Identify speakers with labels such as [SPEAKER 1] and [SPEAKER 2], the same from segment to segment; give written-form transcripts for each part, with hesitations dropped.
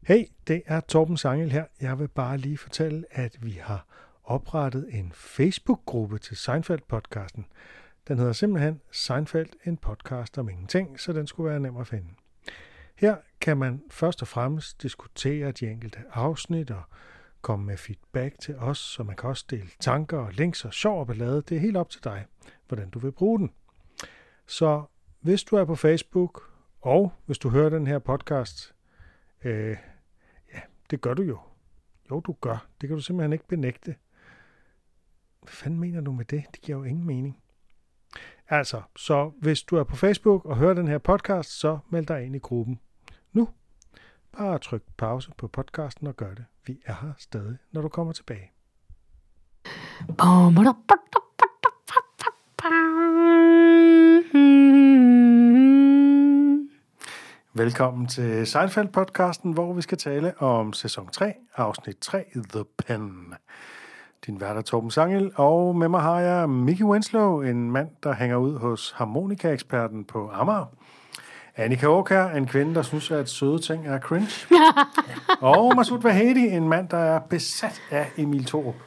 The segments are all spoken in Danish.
[SPEAKER 1] Hey, det er Torben Sangel her. Jeg vil bare lige fortælle, at vi har oprettet en Facebook-gruppe til Seinfeld-podcasten. Den hedder simpelthen Seinfeld, en podcast om ingenting, så den skulle være nem at finde. Her kan man først og fremmest diskutere de enkelte afsnit og komme med feedback til os, så man kan også dele tanker og links og sjov og ballade. Det er helt op til dig, hvordan du vil bruge den. Så hvis du er på Facebook, og hvis du hører den her podcast, det gør du jo. Jo, du gør. Det kan du simpelthen ikke benægte. Hvad fanden mener du med det? Det giver jo ingen mening. Altså, så hvis du er på Facebook og hører den her podcast, så meld dig ind i gruppen nu. Bare tryk pause på podcasten og gør det. Vi er her stadig, når du kommer tilbage. Velkommen til Seinfeld-podcasten, hvor vi skal tale om sæson 3, afsnit 3, The Pen. Din vært er Torben Sangel, og med mig har jeg Mickey Winslow, en mand, der hænger ud hos harmonikaeksperten på Amager. Annika Aakjær, en kvinde, der synes, at søde ting er cringe. Og Masoud Vahedi, en mand, der er besat af Emil Thorup.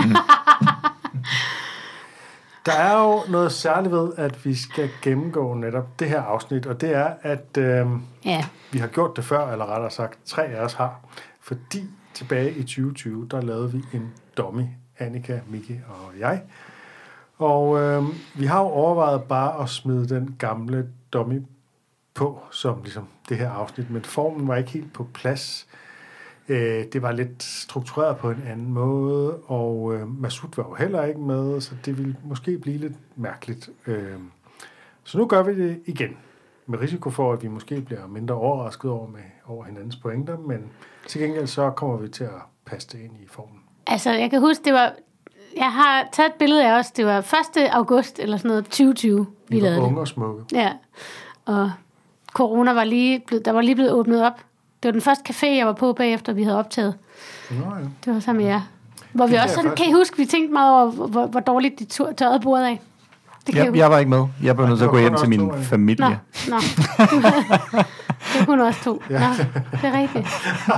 [SPEAKER 1] Der er jo noget særligt ved, at vi skal gennemgå netop det her afsnit, og det er, at vi har gjort det før, eller rettere sagt, 3 af os har. Fordi tilbage i 2020, der lavede vi en dummy, Annika, Mickey og jeg. Og vi har jo overvejet bare at smide den gamle dummy på, som ligesom det her afsnit, men formen var ikke helt på plads. Det var lidt struktureret på en anden måde, og Masoud var jo heller ikke med, så det ville måske blive lidt mærkeligt. Så nu gør vi det igen, med risiko for, at vi måske bliver mindre overrasket over hinandens pointer, men til gengæld så kommer vi til at passe det ind i formen.
[SPEAKER 2] Altså, jeg kan huske, jeg har taget et billede af os, det var 1. august eller sådan noget, 2020, vi lavede det.
[SPEAKER 1] Unge og smukke.
[SPEAKER 2] Ja, og corona var lige blevet åbnet op. Det var den første café, jeg var på bagefter, vi havde optaget.
[SPEAKER 1] Nå, ja.
[SPEAKER 2] Det var sammen med jer. Hvor vi også sådan, kan I huske, vi tænkte meget over, hvor dårligt de tørrede bordet af.
[SPEAKER 3] Jeg var ikke med. Jeg blev nødt til at gå hjem til min familie.
[SPEAKER 2] Nå. Det kunne også 2. Ja. Nå, det er rigtigt.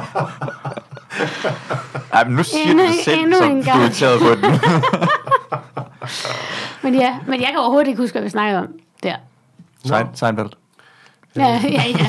[SPEAKER 3] Ej, men nu siger du selv, som du er taget på den.
[SPEAKER 2] men jeg kan overhovedet ikke huske, hvad vi snakkede om der.
[SPEAKER 3] Seinfeld.
[SPEAKER 2] Ja.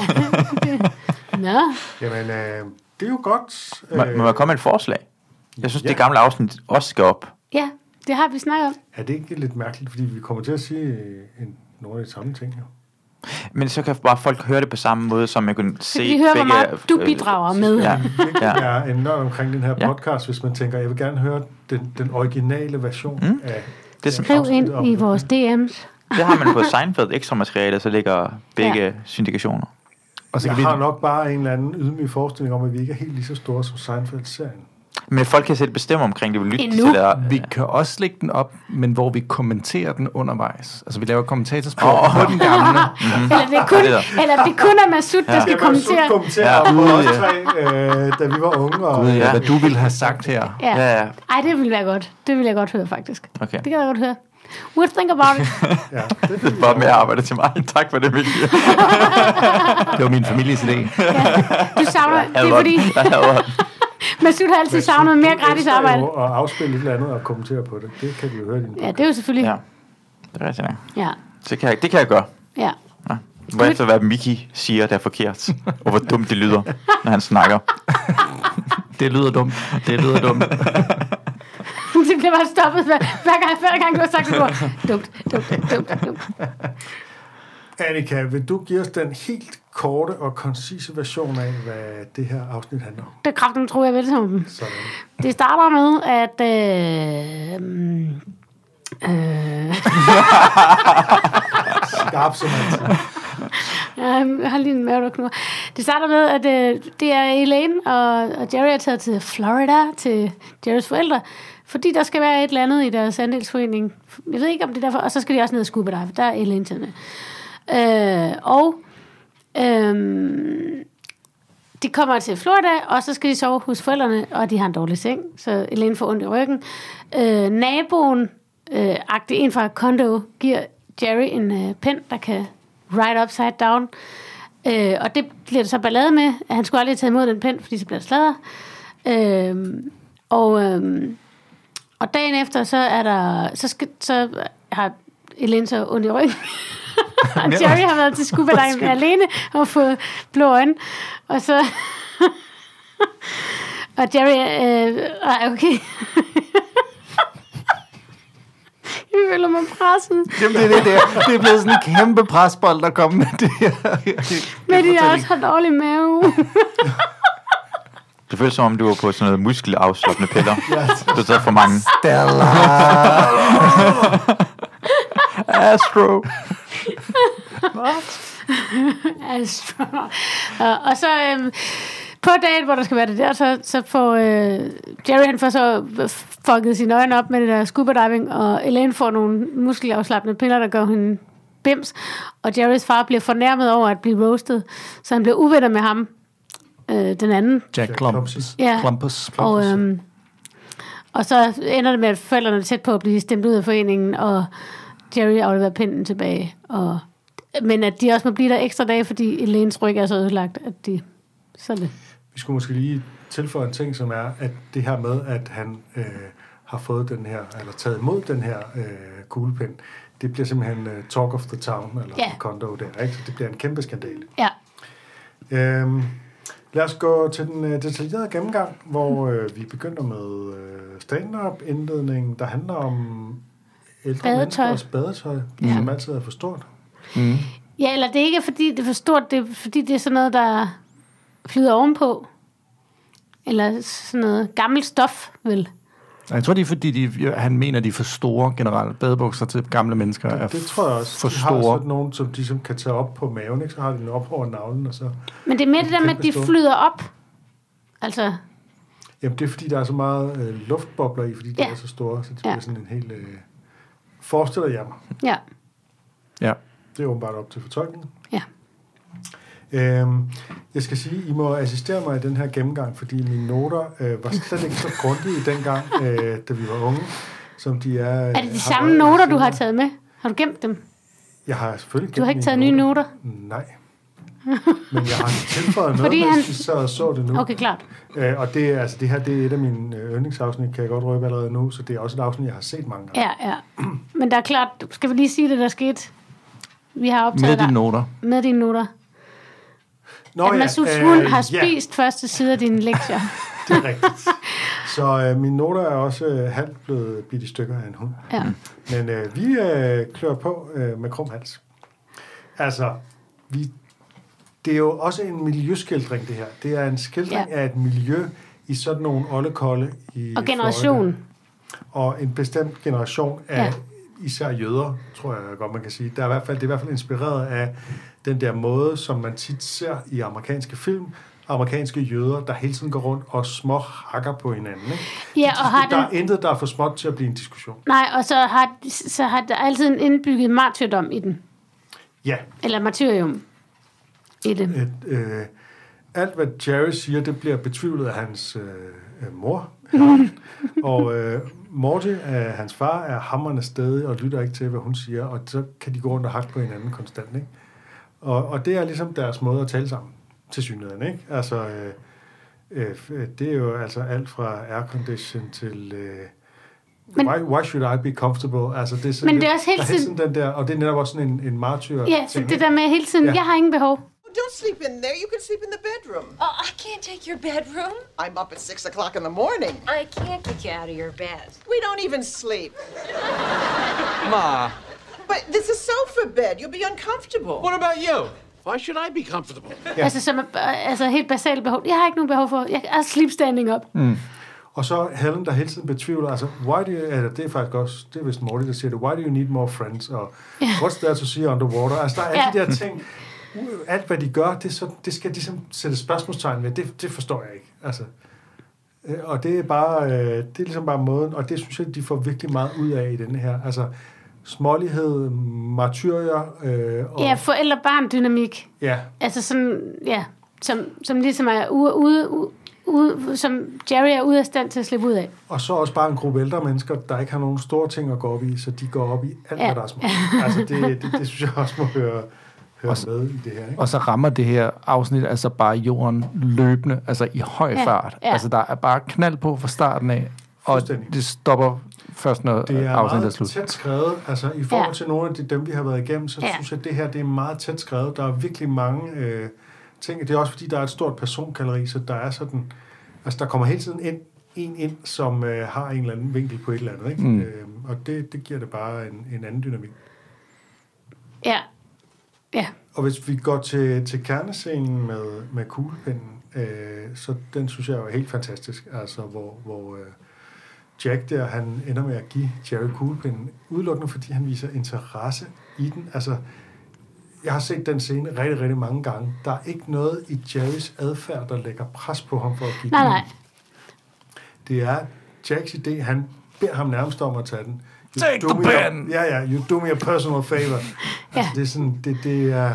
[SPEAKER 2] Nå.
[SPEAKER 1] Jamen, det er jo godt.
[SPEAKER 3] Må jeg komme med et forslag? Jeg synes, det gamle afsnit også skal op.
[SPEAKER 2] Ja, det har vi snakket om.
[SPEAKER 1] Er det ikke lidt mærkeligt, fordi vi kommer til at sige nogle af de samme ting her?
[SPEAKER 3] Men så kan bare folk høre det på samme måde, som jeg kunne se.
[SPEAKER 2] Vi hører, hvor meget du bidrager med.
[SPEAKER 1] Ja. Det er enormt omkring den her podcast, hvis man tænker, jeg vil gerne høre den originale version af
[SPEAKER 2] det. Skriv ind i vores DM's.
[SPEAKER 3] Det har man på Seinfeld ekstra materiale, så ligger begge syndikationer.
[SPEAKER 1] Og så jeg har nok bare en eller anden ydmyg forestilling om, at vi ikke er helt lige så store som Seinfeld-serien.
[SPEAKER 3] Men folk kan selv bestemme omkring det, vil lytte til det.
[SPEAKER 4] Vi kan også lægge den op, men hvor vi kommenterer den undervejs. Altså vi laver kommentatorspil på den gamle.
[SPEAKER 2] Eller det kun er Masoud, der skal kommentere.
[SPEAKER 1] På os 3, da vi var unge. Og
[SPEAKER 4] hvad du ville have sagt her.
[SPEAKER 2] Ja. Ej, det ville være godt. Det vil jeg godt høre, faktisk.
[SPEAKER 3] Okay.
[SPEAKER 2] Det kan jeg godt høre. We'll think about it.
[SPEAKER 3] Det er bare mere arbejde til mig. Tak for det, Mickey.
[SPEAKER 4] Det var min families idé.
[SPEAKER 2] Du savner, det er fordi... Masoud har altid savnet mere gratis arbejde.
[SPEAKER 1] Og afspille et eller andet og kommentere på det. Det kan vi jo høre i din podcast.
[SPEAKER 2] Ja, det er jo selvfølgelig.
[SPEAKER 3] Ja, det er rigtigt.
[SPEAKER 2] Ja.
[SPEAKER 3] Det kan jeg gøre.
[SPEAKER 2] Ja.
[SPEAKER 3] Hvorefter hvad Mickey siger, der er forkert. Og hvor dumt det lyder, når han snakker.
[SPEAKER 4] Det lyder dumt.
[SPEAKER 2] Det bliver bare stoppet hver gang du har sagt det ord. Dumt.
[SPEAKER 1] Annika, vil du give os den helt korte og koncise version af, hvad det her afsnit handler om?
[SPEAKER 2] Det kraften tror jeg vel som.
[SPEAKER 1] Sådan.
[SPEAKER 2] Det starter med, at...
[SPEAKER 1] Skarp som altid.
[SPEAKER 2] Jeg har lige en mave, der knurrer. Det starter med, at det er Elaine og Jerry er taget til Florida til Jerrys forældre, fordi der skal være et eller andet i deres andelsforening. Jeg ved ikke, om det er derfor. Og så skal de også ned og scuba dive. Der er Elaine til med. De kommer til Florida, og så skal de sove hos forældrene, og de har en dårlig seng, så Elaine får ondt i ryggen. Naboen, en fra Kondo, giver Jerry en pen, der kan ride upside down. Og det bliver der så ballade med, at han skulle aldrig have taget imod den pind, fordi så bliver der sladder. Og dagen efter, så er der... Så har Elaine så ondt i ryggen. Og Jerry har været til scuba diving alene og fået blå øjne. Og så... og Jerry... okay. Jeg føler mig presset.
[SPEAKER 4] Jamen, det er blevet sådan en kæmpe presbold, der kommer med det her.
[SPEAKER 2] Men de også har dårlig mave.
[SPEAKER 3] Det føles som om, du var på sådan noget muskelafslappende piller. Du har taget for mange.
[SPEAKER 4] Stella.
[SPEAKER 3] Astro.
[SPEAKER 2] Astro. Og så på dagen, hvor der skal være det der, så får Jerry, han får så fucket sine øjne op med det der scuba diving, og Elaine får nogle muskelafslappende piller, der gør hende bims, og Jerrys far bliver fornærmet over at blive roasted, så han bliver uvenner med ham, den anden.
[SPEAKER 4] Jack Clumpus.
[SPEAKER 2] Ja.
[SPEAKER 4] Clumpus.
[SPEAKER 2] Og så ender det med, at forældrene er tæt på at blive stemt ud af foreningen, og Jerry afleverer pinden tilbage. Men at de også må blive der ekstra dage, fordi Elaines ryg er så ødelagt, at de... Så det.
[SPEAKER 1] Vi skulle måske lige tilføje en ting, som er, at det her med, at han har fået den her, eller taget imod den her kuglepind, det bliver simpelthen talk of the town, eller condo der, ikke? Så det bliver en kæmpe skandale.
[SPEAKER 2] Ja.
[SPEAKER 1] Lad os gå til den detaljerede gennemgang, hvor vi begynder med stand-up indledningen, der handler om ældre menneskers badetøj, som altid er for stort.
[SPEAKER 4] Mm.
[SPEAKER 2] Ja, eller det er ikke fordi det er for stort, det er fordi det er sådan noget, der flyder ovenpå. Eller sådan noget gammelt stof, vel?
[SPEAKER 4] Jeg tror, det er fordi, han mener, de er for store generelt. Badebukser til gamle mennesker
[SPEAKER 1] det tror jeg også.
[SPEAKER 4] For
[SPEAKER 1] de
[SPEAKER 4] store.
[SPEAKER 1] har sådan nogen, som de kan tage op på maven, ikke? Så har de den op over navlen, og så...
[SPEAKER 2] Men det er mere det der med, at de flyder op. Altså...
[SPEAKER 1] Jamen, det er fordi, der er så meget luftbobler i, fordi de er så store, så det bliver sådan en helt... forestiller jeg mig.
[SPEAKER 2] Ja.
[SPEAKER 4] Ja.
[SPEAKER 1] Det er åbenbart op til fortolkningen.
[SPEAKER 2] Ja.
[SPEAKER 1] Jeg skal sige, I må assistere mig i den her gennemgang, fordi mine noter var slet ikke så grundige dengang, da vi var unge, som de er...
[SPEAKER 2] Er det de samme noter, du har taget med? Har du gemt dem?
[SPEAKER 1] Jeg har selvfølgelig gemt
[SPEAKER 2] Du har ikke taget nye noter?
[SPEAKER 1] Nej. Men jeg har tilføjet noget, mens vi så det nu.
[SPEAKER 2] Okay, klart.
[SPEAKER 1] Og det, altså, det her, det er et af mine yndlingsafsnit, kan jeg godt røbe allerede nu, så det er også et afsnit, jeg har set mange gange.
[SPEAKER 2] Ja. Men der er klart, skal vi lige sige det, der skete? Vi har optaget
[SPEAKER 4] med dine noter.
[SPEAKER 2] Med dine noter.
[SPEAKER 1] Nå,
[SPEAKER 2] at Masuds hund har spist første side af dine lektier.
[SPEAKER 1] Det er rigtigt. Så mine noter er også halvt blevet bidt i stykker af en hund.
[SPEAKER 2] Ja.
[SPEAKER 1] Men vi klør på med krum hals. Altså, det er jo også en miljøskildring, det her. Det er en skildring af et miljø i sådan nogle oldekolde i
[SPEAKER 2] og generation.
[SPEAKER 1] Florida. Og en bestemt generation af især jøder, tror jeg godt, man kan sige. Det er i hvert fald inspireret af den der måde, som man tit ser i amerikanske film, amerikanske jøder, der hele tiden går rundt og små hakker på hinanden. Ikke?
[SPEAKER 2] Ja, og
[SPEAKER 1] der er intet, der er for småt til at blive en diskussion.
[SPEAKER 2] Nej, og så har der altid en indbygget martyrdom i den.
[SPEAKER 1] Ja.
[SPEAKER 2] Eller martyrium i det.
[SPEAKER 1] Alt, hvad Jerry siger, det bliver betvivlet af hans mor. Og Morty, hans far, er hamrende stedig og lytter ikke til, hvad hun siger, og så kan de gå rundt og hakke på hinanden konstant, ikke? Og det er ligesom deres måde at tale sammen, til synligheden, ikke? Altså, det er jo altså alt fra aircondition til... why should I be comfortable? Altså, det er sådan,
[SPEAKER 2] men det er også hele tiden...
[SPEAKER 1] Den der, og det er netop også sådan en martyr.
[SPEAKER 2] Ja, så det der med hele tiden, jeg har ingen behov.
[SPEAKER 5] Don't sleep in there. You can sleep in the bedroom.
[SPEAKER 6] Oh, I can't take your bedroom.
[SPEAKER 5] I'm up at 6 o'clock in the morning.
[SPEAKER 6] I can't get you out of your bed.
[SPEAKER 5] We don't even sleep.
[SPEAKER 7] Ma.
[SPEAKER 5] But this is sofa bed. You'll be uncomfortable.
[SPEAKER 7] What about you? Why should I be comfortable?
[SPEAKER 2] Altså helt basalt behov. Jeg har ikke nogen behov for. Jeg er sleep standing up.
[SPEAKER 1] Mm. Og så Helen, der hele tiden betvivler, altså, det er faktisk også, det er vist Morty, der siger det, why do you need more friends? Og what's there to see underwater? Altså, der er alle de der ting, alt hvad de gør, det skal de sætte spørgsmålstegn ved, det forstår jeg ikke. Altså, og det er bare, det er ligesom bare måden, og det synes jeg, de får virkelig meget ud af i denne her. Altså, smålighed, martyrier.
[SPEAKER 2] Og forældre-barn-dynamik.
[SPEAKER 1] Ja.
[SPEAKER 2] Altså sådan, som ligesom er som Jerry er ude af stand til at slippe ud af.
[SPEAKER 1] Og så også bare en gruppe ældre mennesker, der ikke har nogen store ting at gå op i, så de går op i alt, hvad der er småt. Altså, det synes jeg også må hører med i det her. Ikke?
[SPEAKER 4] Og så rammer det her afsnit altså bare jorden løbende, altså i høj fart. Ja. Altså der er bare knald på fra starten af, og det stopper først, når afsnittet er slut.
[SPEAKER 1] Det er meget tæt skrevet. Altså i forhold til nogle af dem, vi har været igennem, så synes jeg, at det her det er meget tæt skrevet. Der er virkelig mange ting. Det er også fordi, der er et stort persongalleri, så der er sådan... Altså der kommer hele tiden en ind, som har en eller anden vinkel på et eller andet. Ikke? Og det giver det bare en anden dynamik.
[SPEAKER 2] Ja. Ja.
[SPEAKER 1] Og hvis vi går til kernescenen med kuglepinden, så den synes jeg er helt fantastisk. Altså hvor Jack der, han ender med at give Jerry kuglepinden, udelukkende fordi han viser interesse i den. Altså, jeg har set den scene rigtig, rigtig mange gange. Der er ikke noget i Jerrys adfærd, der lægger pres på ham for at give den.
[SPEAKER 2] Nej.
[SPEAKER 1] Det er Jacks idé. Han beder ham nærmest om at tage den.
[SPEAKER 4] Take the pen!
[SPEAKER 1] Ja, you do me a personal favor. Altså, det er sådan, det er...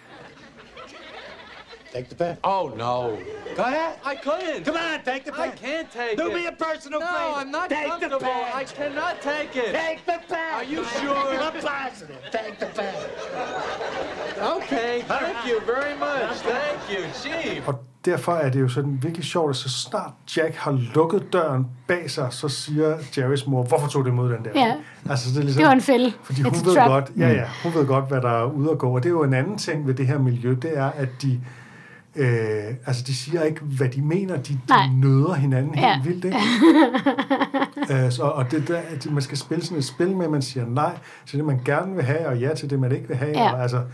[SPEAKER 7] Take the pen. Oh, no. Go ahead. I couldn't. Come on, take the pen. I can't take it. Do me a personal favor. No, I'm not comfortable. I cannot take it. Take the pen. Are you sure? I'm positive. Take the pen. Okay, thank you very much. Thank you, Chief.
[SPEAKER 1] Og derfor er det jo sådan virkelig sjovt, at så snart Jack har lukket døren bag sig, så siger Jerrys mor, hvorfor tog du imod den der?
[SPEAKER 2] Ja.
[SPEAKER 1] Altså, det er ligesom,
[SPEAKER 2] det var en fælde.
[SPEAKER 1] Fordi hun ved godt, hun ved godt, hvad der er ude at gå. Og det er jo en anden ting ved det her miljø, det er, at de de siger ikke, hvad de mener. De nøder hinanden helt vildt, ikke? Og det der, at man skal spille sådan et spil med, at man siger nej til det, man gerne vil have, og ja til det, man ikke vil have. Og altså,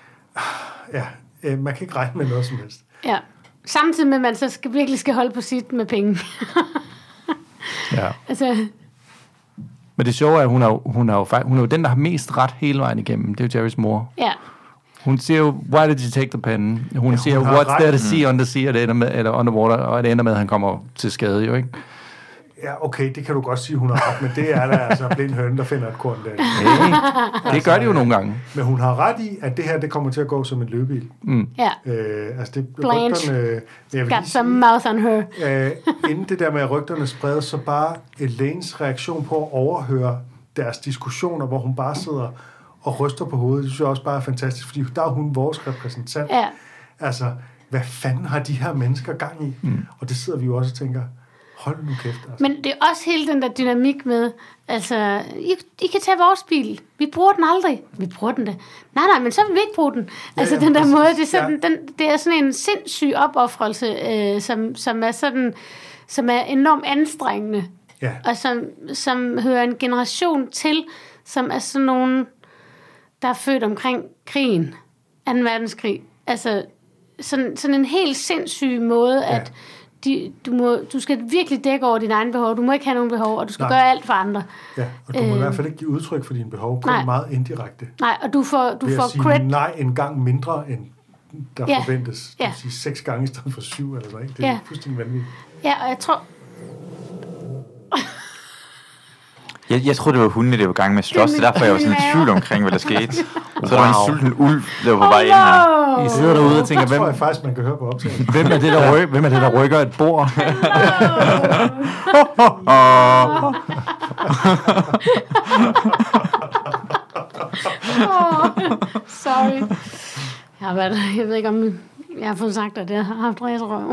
[SPEAKER 1] man kan ikke regne med noget som helst. Ja.
[SPEAKER 2] Samtidig med, at man så virkelig skal holde på sit med penge.
[SPEAKER 4] Ja.
[SPEAKER 2] Altså...
[SPEAKER 4] Men det sjove er, at hun er jo den, der har mest ret hele vejen igennem. Det er jo Jerrys mor.
[SPEAKER 2] Ja.
[SPEAKER 4] Hun siger jo, why did you take the pen? Hun siger jo, what's there to see on the sea, og det ender med, eller underwater, og det ender med, at han kommer til skade, jo, ikke?
[SPEAKER 1] Ja, okay, det kan du godt sige, hun har ret, men det er der altså blind høne, der finder et korn der.
[SPEAKER 4] Det gør de jo nogle gange.
[SPEAKER 1] Men hun har ret i, at det her, det kommer til at gå som en løbebil.
[SPEAKER 2] Ja.
[SPEAKER 1] Det
[SPEAKER 2] Blanche got some mouth on her.
[SPEAKER 1] Inden det der med, at rygterne spredes, så bare Elaines reaktion på at overhøre deres diskussioner, hvor hun bare sidder og ryster på hovedet. Det synes jeg også bare er fantastisk, fordi der er hun vores repræsentant. Ja. Altså, hvad fanden har de her mennesker gang i? Og det sidder vi jo også og tænker, hold nu kæft. Altså.
[SPEAKER 2] Men det er også hele den der dynamik med, altså, I kan tage vores bil. Vi bruger den aldrig. Vi bruger den da. Nej, men så vil vi ikke bruge den. Altså, den der måde, det er, sådan, det er sådan en sindssyg opoffrelse, som er enormt anstrengende. Ja. Og som hører en generation til, som er sådan nogen, der er født omkring krigen, 2. verdenskrig. Altså, sådan en helt sindssyg måde, at du skal virkelig dække over dine egne behov. Du må ikke have nogen behov, og du skal gøre alt for andre.
[SPEAKER 1] Ja, og du må i hvert fald ikke give udtryk for dine behov, kun meget indirekte.
[SPEAKER 2] Nej, og du får
[SPEAKER 1] sige credit. Nej en gang mindre, end der forventes. Det vil sige 6 gange i stedet for 7, eller hvad, ikke? Det er fuldstændig vanvittigt.
[SPEAKER 2] Ja, og jeg tror...
[SPEAKER 3] Jeg troede, det var hundene, der var i gang med at slås, så derfor jeg var sådan i tvivl omkring, hvad der skete. Så der var en sulten ulv, der var på vej ind her.
[SPEAKER 4] I sidder derude og tænker,
[SPEAKER 1] hvem... tror jeg faktisk, man kan høre på optagelsen.
[SPEAKER 4] Hvem er det, der rykker et bord?
[SPEAKER 2] Sorry. Jeg ved ikke, om jeg har fået sagt, at jeg har haft ræserøv.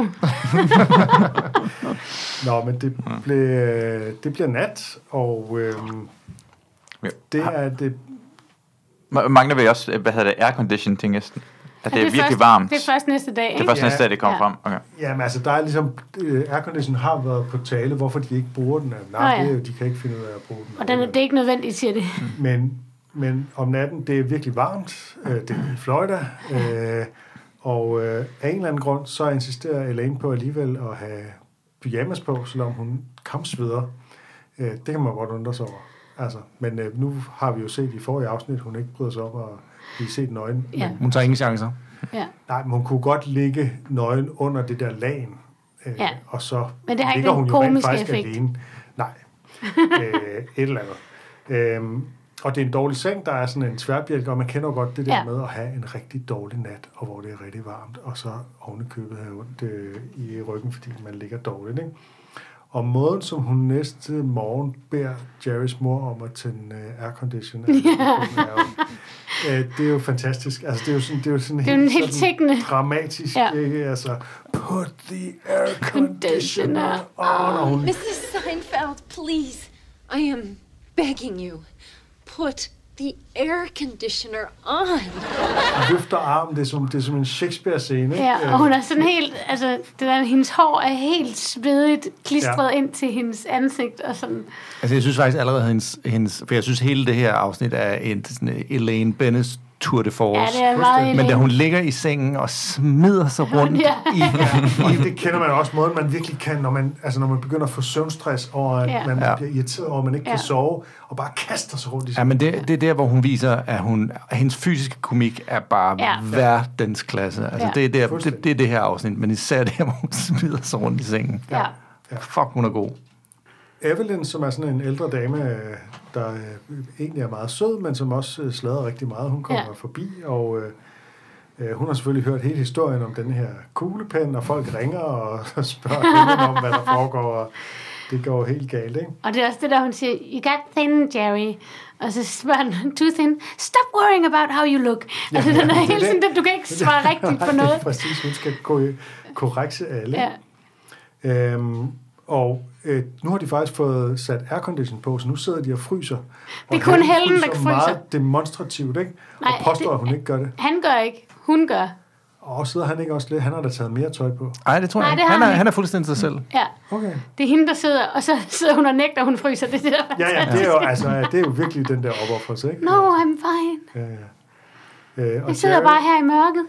[SPEAKER 1] Nå, men det bliver nat, og det er det...
[SPEAKER 3] Mangler vi også, aircondition ting, at det er virkelig
[SPEAKER 2] først,
[SPEAKER 3] varmt.
[SPEAKER 2] Det er først næste dag, ikke?
[SPEAKER 3] Det er først næste dag, det kommer frem. Okay.
[SPEAKER 1] Jamen, altså, der er ligesom... aircondition har været på tale, hvorfor de ikke bruger den. De kan ikke finde ud af at bruge den.
[SPEAKER 2] Og det er ikke nødvendigt, siger det.
[SPEAKER 1] Men om natten, det er virkelig varmt. Det er i Florida. Og af en eller anden grund, så insisterer Elaine på alligevel at have pyjamas på, selvom hun kampsveder. Det kan man godt undre sig over. Altså, men nu har vi jo set i forrige afsnit, hun ikke bryder sig op og blive set nøgen.
[SPEAKER 2] Ja.
[SPEAKER 4] Hun tager ingen chancer.
[SPEAKER 2] Ja.
[SPEAKER 1] Nej, men hun kunne godt ligge nøgen under det der lagen. Og så
[SPEAKER 2] men det har
[SPEAKER 1] ligger
[SPEAKER 2] ikke
[SPEAKER 1] hun jo rent faktisk
[SPEAKER 2] effekt.
[SPEAKER 1] alene. Nej. Et eller andet. Og det er en dårlig seng, der er sådan en tværbjælke, og man kender godt det der med at have en rigtig dårlig nat, og hvor det er rigtig varmt, og så ovenikøbet have ondt i ryggen, fordi man ligger dårligt, ikke? Og måden, som hun næste morgen beder Jerrys mor om at tænde aircondition, Det er jo fantastisk. Altså, det er jo sådan
[SPEAKER 2] helt, helt
[SPEAKER 1] sådan dramatisk. Ja. Ikke? Altså, put the air conditioner on.
[SPEAKER 6] Mrs. Seinfeld, please. I am begging you. Put the air conditioner on.
[SPEAKER 1] Hun løfter armen, det er som en Shakespeare-scene.
[SPEAKER 2] Ja, og hun er sådan helt, altså, hendes hår er helt svedigt klistret ind til hendes ansigt og sådan.
[SPEAKER 4] Altså, jeg synes faktisk allerede hendes for jeg synes hele det her afsnit er en sådan Elaine Bennis tour de force.
[SPEAKER 2] Ja, det er meget
[SPEAKER 4] men da hun ligger i sengen og smider sig rundt
[SPEAKER 1] i det kender man også måden, man virkelig kan, når man begynder at få søvnstress over, at man bliver irriteret over, at man ikke kan sove, og bare kaster sig rundt i sengen.
[SPEAKER 4] Ja, men det er der, hvor hun viser, at hendes fysiske komik er bare verdensklasse. Altså, det er det her afsnit, men især det her, hvor hun smider sig rundt i sengen.
[SPEAKER 2] Ja.
[SPEAKER 4] Fuck, hun er god.
[SPEAKER 1] Evelyn, som er sådan en ældre dame, der egentlig er meget sød, men som også sladrer rigtig meget. Hun kommer forbi, og hun har selvfølgelig hørt hele historien om den her kuglepen, og folk ringer og spørger hende om, hvad der foregår, og det går helt galt, ikke?
[SPEAKER 2] Og det er også det, der hun siger, you got thin, Jerry. Og så spørger han, too thin, stop worrying about how you look. Altså, den er helt sådan, du kan ikke svare rigtigt på noget.
[SPEAKER 1] Præcis, hun skal korrekse alle.
[SPEAKER 2] Ja.
[SPEAKER 1] Og nu har de faktisk fået sat aircondition på, så nu sidder de og fryser.
[SPEAKER 2] Det er kun Helen, der fryser.
[SPEAKER 1] Meget demonstrativt, ikke?
[SPEAKER 2] Nej,
[SPEAKER 1] og påstår, at hun ikke gør det.
[SPEAKER 2] Han gør ikke. Hun gør.
[SPEAKER 1] Og sidder han ikke også lidt? Han har da taget mere tøj på.
[SPEAKER 4] Nej, det tror jeg ikke. Han er fuldstændig sig selv.
[SPEAKER 2] Ja.
[SPEAKER 1] Okay.
[SPEAKER 2] Det er hende, der sidder, og så sidder hun og nægter, hun fryser. Det der.
[SPEAKER 1] Ja, det er jo, det er jo virkelig den der opoffrelse, ikke?
[SPEAKER 2] No, I'm fine.
[SPEAKER 1] Ja.
[SPEAKER 2] Jeg sidder bare her i mørket.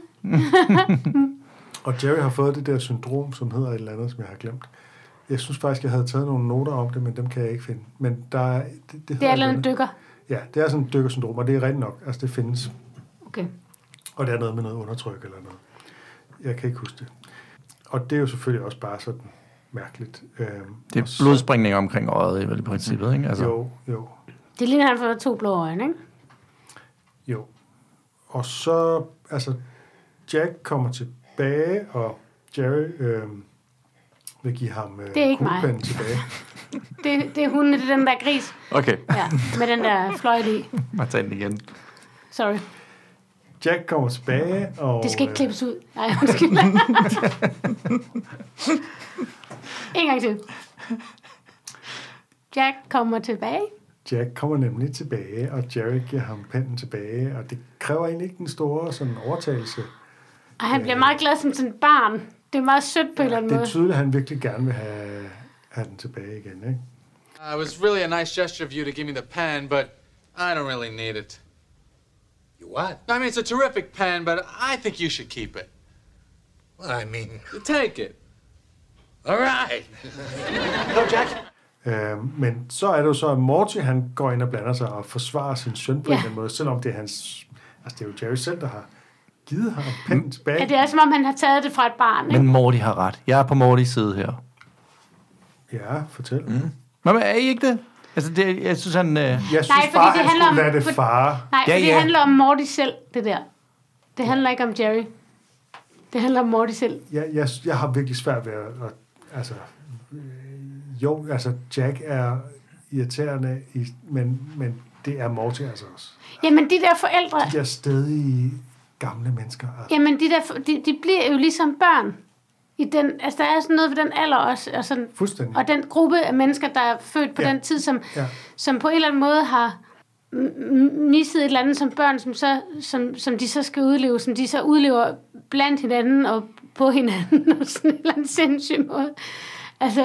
[SPEAKER 1] Og Jerry har fået det der syndrom, som hedder et eller andet, som jeg har glemt. Jeg synes faktisk, jeg havde taget nogle noter om det, men dem kan jeg ikke finde. Men der er...
[SPEAKER 2] Det er en dykker.
[SPEAKER 1] Ja, det er sådan et dykkersyndrom, og det er rigtigt nok. Altså, det findes.
[SPEAKER 2] Okay.
[SPEAKER 1] Og det er noget med noget undertryk eller noget. Jeg kan ikke huske det. Og det er jo selvfølgelig også bare sådan mærkeligt.
[SPEAKER 4] Det er blodspringninger omkring øjet, i princippet, ikke? Altså.
[SPEAKER 1] Jo.
[SPEAKER 2] Det ligner, han får 2 blå øjne, ikke?
[SPEAKER 1] Jo. Og så, altså, Jack kommer tilbage, og Jerry vil give ham kuglepennen tilbage.
[SPEAKER 2] Det er hunden, det er den der gris.
[SPEAKER 3] Okay.
[SPEAKER 2] Ja, med den der fløjte i.
[SPEAKER 4] Må tage den igen.
[SPEAKER 2] Sorry.
[SPEAKER 1] Jack kommer tilbage, og...
[SPEAKER 2] Det skal ikke klippes ud. Nej, undskyld. En gang til. Jack kommer tilbage.
[SPEAKER 1] Jack kommer nemlig tilbage, og Jerry giver ham pennen tilbage, og det kræver egentlig ikke den store sådan overtagelse.
[SPEAKER 2] Og han bliver meget glad som sådan et barn. Det er meget sødt på en eller anden måde.
[SPEAKER 1] Det er tydeligt, at han virkelig gerne vil have den tilbage igen, ikke?
[SPEAKER 7] It was really a nice gesture of you to give me the pen, but I don't really need it.
[SPEAKER 8] You what?
[SPEAKER 7] I mean, it's a terrific pen, but I think you should keep it.
[SPEAKER 8] Well, I mean...
[SPEAKER 7] Take it.
[SPEAKER 8] All right.
[SPEAKER 7] No, Jack.
[SPEAKER 1] Men så er det jo så, at Morty, han går ind og blander sig og forsvarer sin søn på en eller anden måde, selvom det er hans... Altså, det er jo Jerry selv, der har givet ham pennen tilbage.
[SPEAKER 2] Ja, det er som om, han har taget det fra et barn, ikke?
[SPEAKER 4] Men Morty har ret. Jeg er på Mortys side her.
[SPEAKER 1] Ja, fortæl.
[SPEAKER 4] Men er I ikke det? Altså, jeg synes, han...
[SPEAKER 1] Jeg synes bare, han skulle lade det fare.
[SPEAKER 2] Nej, for det handler om Morty selv, det der. Det handler ikke om Jerry. Det handler om Morty selv.
[SPEAKER 1] Jeg har virkelig svært ved at altså... Jo, altså, Jack er irriterende, men det er Morty altså også.
[SPEAKER 2] Jamen, de der forældre...
[SPEAKER 1] De der stedige gamle mennesker. Altså.
[SPEAKER 2] Jamen, de bliver jo ligesom børn. I den, altså, der er sådan noget ved den alder også. Og, sådan, og den gruppe af mennesker, der er født på den tid, som på en eller anden måde har misset et eller andet som børn, som de så skal udleve, som de så udlever blandt hinanden og på hinanden, og sådan en eller anden sindssyg måde. Altså,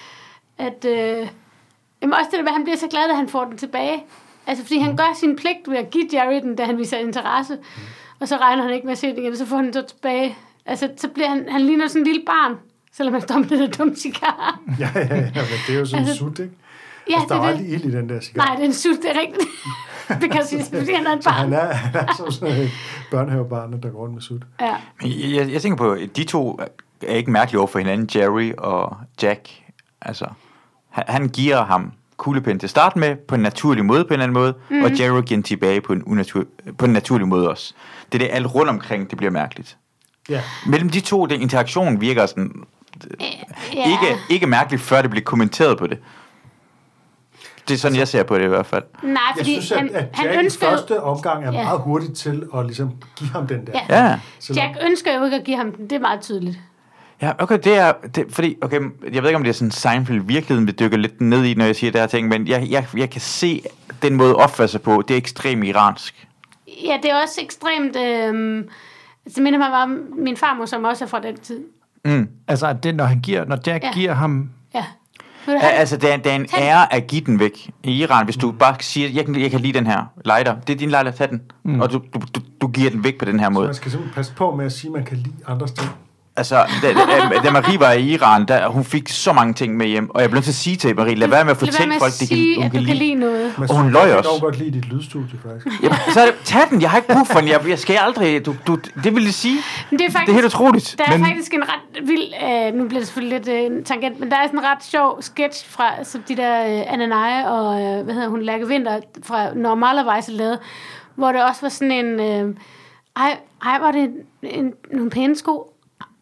[SPEAKER 2] jamen også det der med, at han bliver så glad, at han får den tilbage. Altså, fordi han gør sin pligt ved at give Jerry den, da han viser interesse. Og så regner han ikke med at se den igen, og så får han den så tilbage. Altså, så bliver han ligner sådan en lille barn, selvom han står med det dumme cigar.
[SPEAKER 1] Ja, men det er jo sådan en sut, ikke?
[SPEAKER 2] Ja,
[SPEAKER 1] altså, der er aldrig ild i den der cigar.
[SPEAKER 2] Nej, det er en sut, det er rigtigt. Fordi han er et barn.
[SPEAKER 1] Han er som sådan et børnehavebarn, der går rundt med sut.
[SPEAKER 2] Ja.
[SPEAKER 3] Jeg tænker på, de to er ikke mærkelige over for hinanden, Jerry og Jack. Altså, han giver ham kuglepen til at starte med, på en naturlig måde, på en anden måde, og Jerry giver den tilbage på en naturlig måde også. Det er det, alt rundt omkring, det bliver mærkeligt.
[SPEAKER 1] Ja.
[SPEAKER 3] Mellem de to, den interaktion virker sådan, ikke mærkeligt, før det bliver kommenteret på det. Det er sådan, jeg ser på det i hvert fald.
[SPEAKER 2] Nej, fordi
[SPEAKER 1] jeg synes, at Jack i første omgang er meget hurtigt til at ligesom give ham den der.
[SPEAKER 3] Ja.
[SPEAKER 2] Jack ønsker jo ikke at give ham den. Det er meget tydeligt.
[SPEAKER 3] Ja, okay, det er fordi, okay, jeg ved ikke, om det er sådan Seinfeld virkeligheden, vi dykker lidt ned i, når jeg siger det her ting, men jeg kan se den måde at opføre sig på, det er ekstremt iransk.
[SPEAKER 2] Ja, det er også ekstremt, det minder mig om min farmor, som også er fra den tid.
[SPEAKER 4] Altså, det, når Jack giver ham...
[SPEAKER 2] Ja.
[SPEAKER 3] Altså, det er en ære at give den væk i Iran, hvis du bare siger, jeg kan lide den her lighter. Det er din lighter, tag den. Og du giver den væk på den her måde.
[SPEAKER 1] Så man skal simpelthen passe på med at sige, at man kan lide andres ting.
[SPEAKER 3] Altså, da Marie var i Iran, hun fik så mange ting med hjem, og jeg blev nødt til at sige til Marie, lad være med at fortælle folk,
[SPEAKER 2] hun kan lide noget.
[SPEAKER 1] Og hun løj også. Jeg kan godt lide dit lydstudie, faktisk.
[SPEAKER 3] Ja, så tag den, jeg har ikke brug for den, jeg skal aldrig, det vil jeg sige.
[SPEAKER 2] Det er
[SPEAKER 3] helt utroligt.
[SPEAKER 2] Der er faktisk en ret vild, nu bliver det selvfølgelig lidt tangent, men der er sådan en ret sjov sketch fra så de der Ananaya og, Lærke Winther fra Normalerweise lavede, hvor det også var sådan en, var det nogle pæne sko?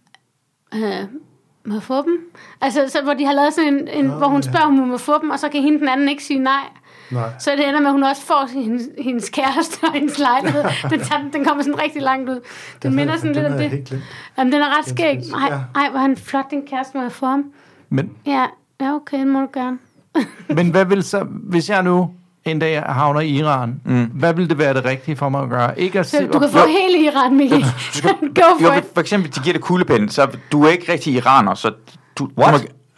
[SPEAKER 2] Må jeg få dem? Altså, så, hvor de har lavet sådan en hvor hun spørger, om hun må få dem, og så kan hende den anden ikke sige nej. Så det ender med, at hun også får hendes kæreste og hendes lejlighed. Den kommer sådan rigtig langt ud. Det minder sådan lidt om det. Jamen, den er ret skæg. Ej, hvor han flot, din kæreste, må jeg få ham?
[SPEAKER 4] Men,
[SPEAKER 2] ja, okay, det må du gerne.
[SPEAKER 4] Men hvad vil så, hvis jeg nu en dag havner i Iran, hvad vil det være det rigtige for mig at gøre? Ikke at
[SPEAKER 2] du kan få hele Iran, Mikkel. Go for it.
[SPEAKER 3] For eksempel, de giver det kuglepen, så du er ikke rigtig iraner, så du må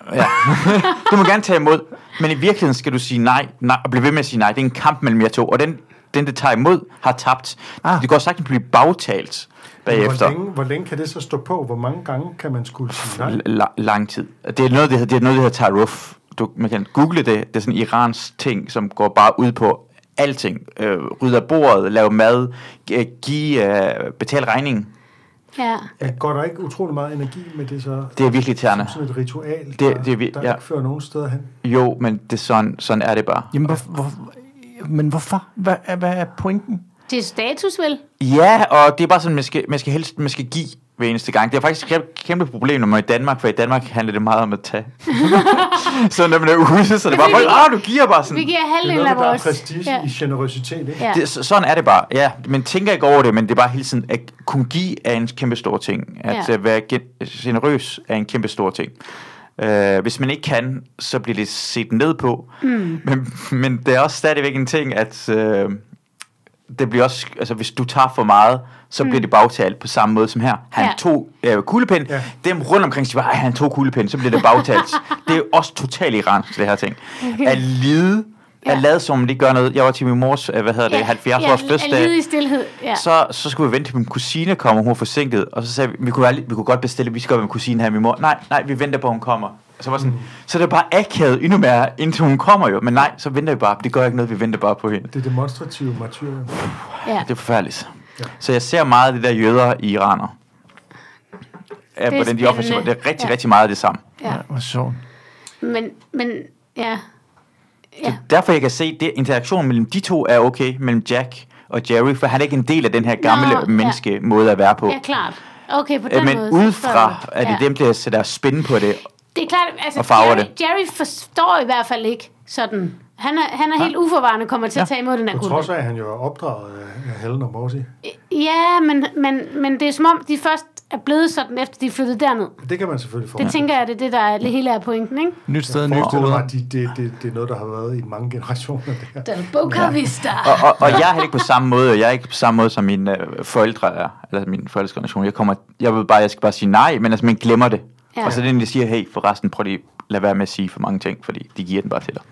[SPEAKER 3] gerne tage imod, men i virkeligheden skal du sige nej, og blive ved med at sige nej. Det er en kamp mellem jer to, og den det tager imod, har tabt. Det går sagtens blive bagtalt bagefter.
[SPEAKER 1] Hvor længe kan det så stå på? Hvor mange gange kan man skulle sige nej?
[SPEAKER 3] Lang tid. Det er noget, der hedder Taruf. Man kan google det. Det er sådan Irans ting, som går bare ud på alting. Rydde bordet, lave mad, betale regningen.
[SPEAKER 2] Ja.
[SPEAKER 1] Går der ikke utrolig meget energi med det så?
[SPEAKER 3] Det er virkelig tærende.
[SPEAKER 1] Som sådan et ritual, der ikke fører nogen steder hen?
[SPEAKER 3] Jo, men det sådan er det bare.
[SPEAKER 4] Jamen, hvorfor? Hvad er pointen?
[SPEAKER 2] Det er status, vel?
[SPEAKER 3] Ja, og det er bare sådan, man skal give hver eneste gang. Det er faktisk et kæmpe problem, når man er i Danmark, for i Danmark handler det meget om at tage. Så når man er ude, så det er bare, du giver bare sådan.
[SPEAKER 2] Vi giver halvdelen af vores.
[SPEAKER 1] Det er prestige i generøsitet, ikke?
[SPEAKER 3] Ja. Sådan er det bare, ja. Men tænker ikke over det, men det er bare hele tiden, at kunne give er en kæmpe stor ting. At være generøs er en kæmpe stor ting. Hvis man ikke kan, så bliver det set ned på. Men det er også stadigvæk en ting, at det bliver også, altså hvis du tager for meget, så bliver det bagtalt på samme måde som her. Han tog kuglepen, dem rundt omkring siger, han tog kuglepen, så bliver det bagtalt. Det er også totalt iransk, det her ting. At lide, at lade som det gør noget. Jeg var til min mors, 70-års fødselsdag.
[SPEAKER 2] Lide i stilhed. Ja.
[SPEAKER 3] Så skulle vi vente til min kusine kommer, hun var forsinket, og så sagde vi kunne godt bestille, vi skal gå med min kusine her, min mor. Nej, vi venter på, at hun kommer. Så var sådan, så det er bare akavet endnu mere, indtil hun kommer jo. Men nej, så venter vi bare. Det gør ikke noget, vi venter bare på hende.
[SPEAKER 1] Det er demonstrative martyrer.
[SPEAKER 3] Det er forfærdeligt. Ja. Så jeg ser meget af det der jøder i iraner. Hvordan de opfører sig. Det er rigtig meget af det samme.
[SPEAKER 4] Ja, hvor sjovt.
[SPEAKER 2] Men ja.
[SPEAKER 3] Derfor jeg kan se, at interaktionen mellem de to er okay, mellem Jack og Jerry, for han er ikke en del af den her gamle menneske måde at være på.
[SPEAKER 2] Ja, klart. Okay, på den måde.
[SPEAKER 3] Men udefra er det dem, der sætter spin på det.
[SPEAKER 2] Det er klart, altså Jerry forstår i hvert fald ikke sådan. Han er helt uforvarende kommer til at tage imod den her
[SPEAKER 1] kugle. På trods af, at han jo er opdraget af Helen og Morty.
[SPEAKER 2] Ja, men det er som om, de først er blevet sådan, efter de er flyttet derned.
[SPEAKER 1] Det kan man selvfølgelig få.
[SPEAKER 2] Det tænker jeg, det der er hele er pointen, ikke?
[SPEAKER 4] Nyt sted, nyt
[SPEAKER 1] hoved. Det er noget, der har været i mange generationer.
[SPEAKER 2] Del Boca Vista.
[SPEAKER 3] Og jeg er ikke på samme måde, og jeg er ikke på samme måde som mine forældre er, eller min forældres generation. Jeg skal bare sige nej, men altså, man glemmer det. Ja. Og så det, de siger, hey, forresten, prøv lige lade være med at sige for mange ting, fordi de giver den bare til dig.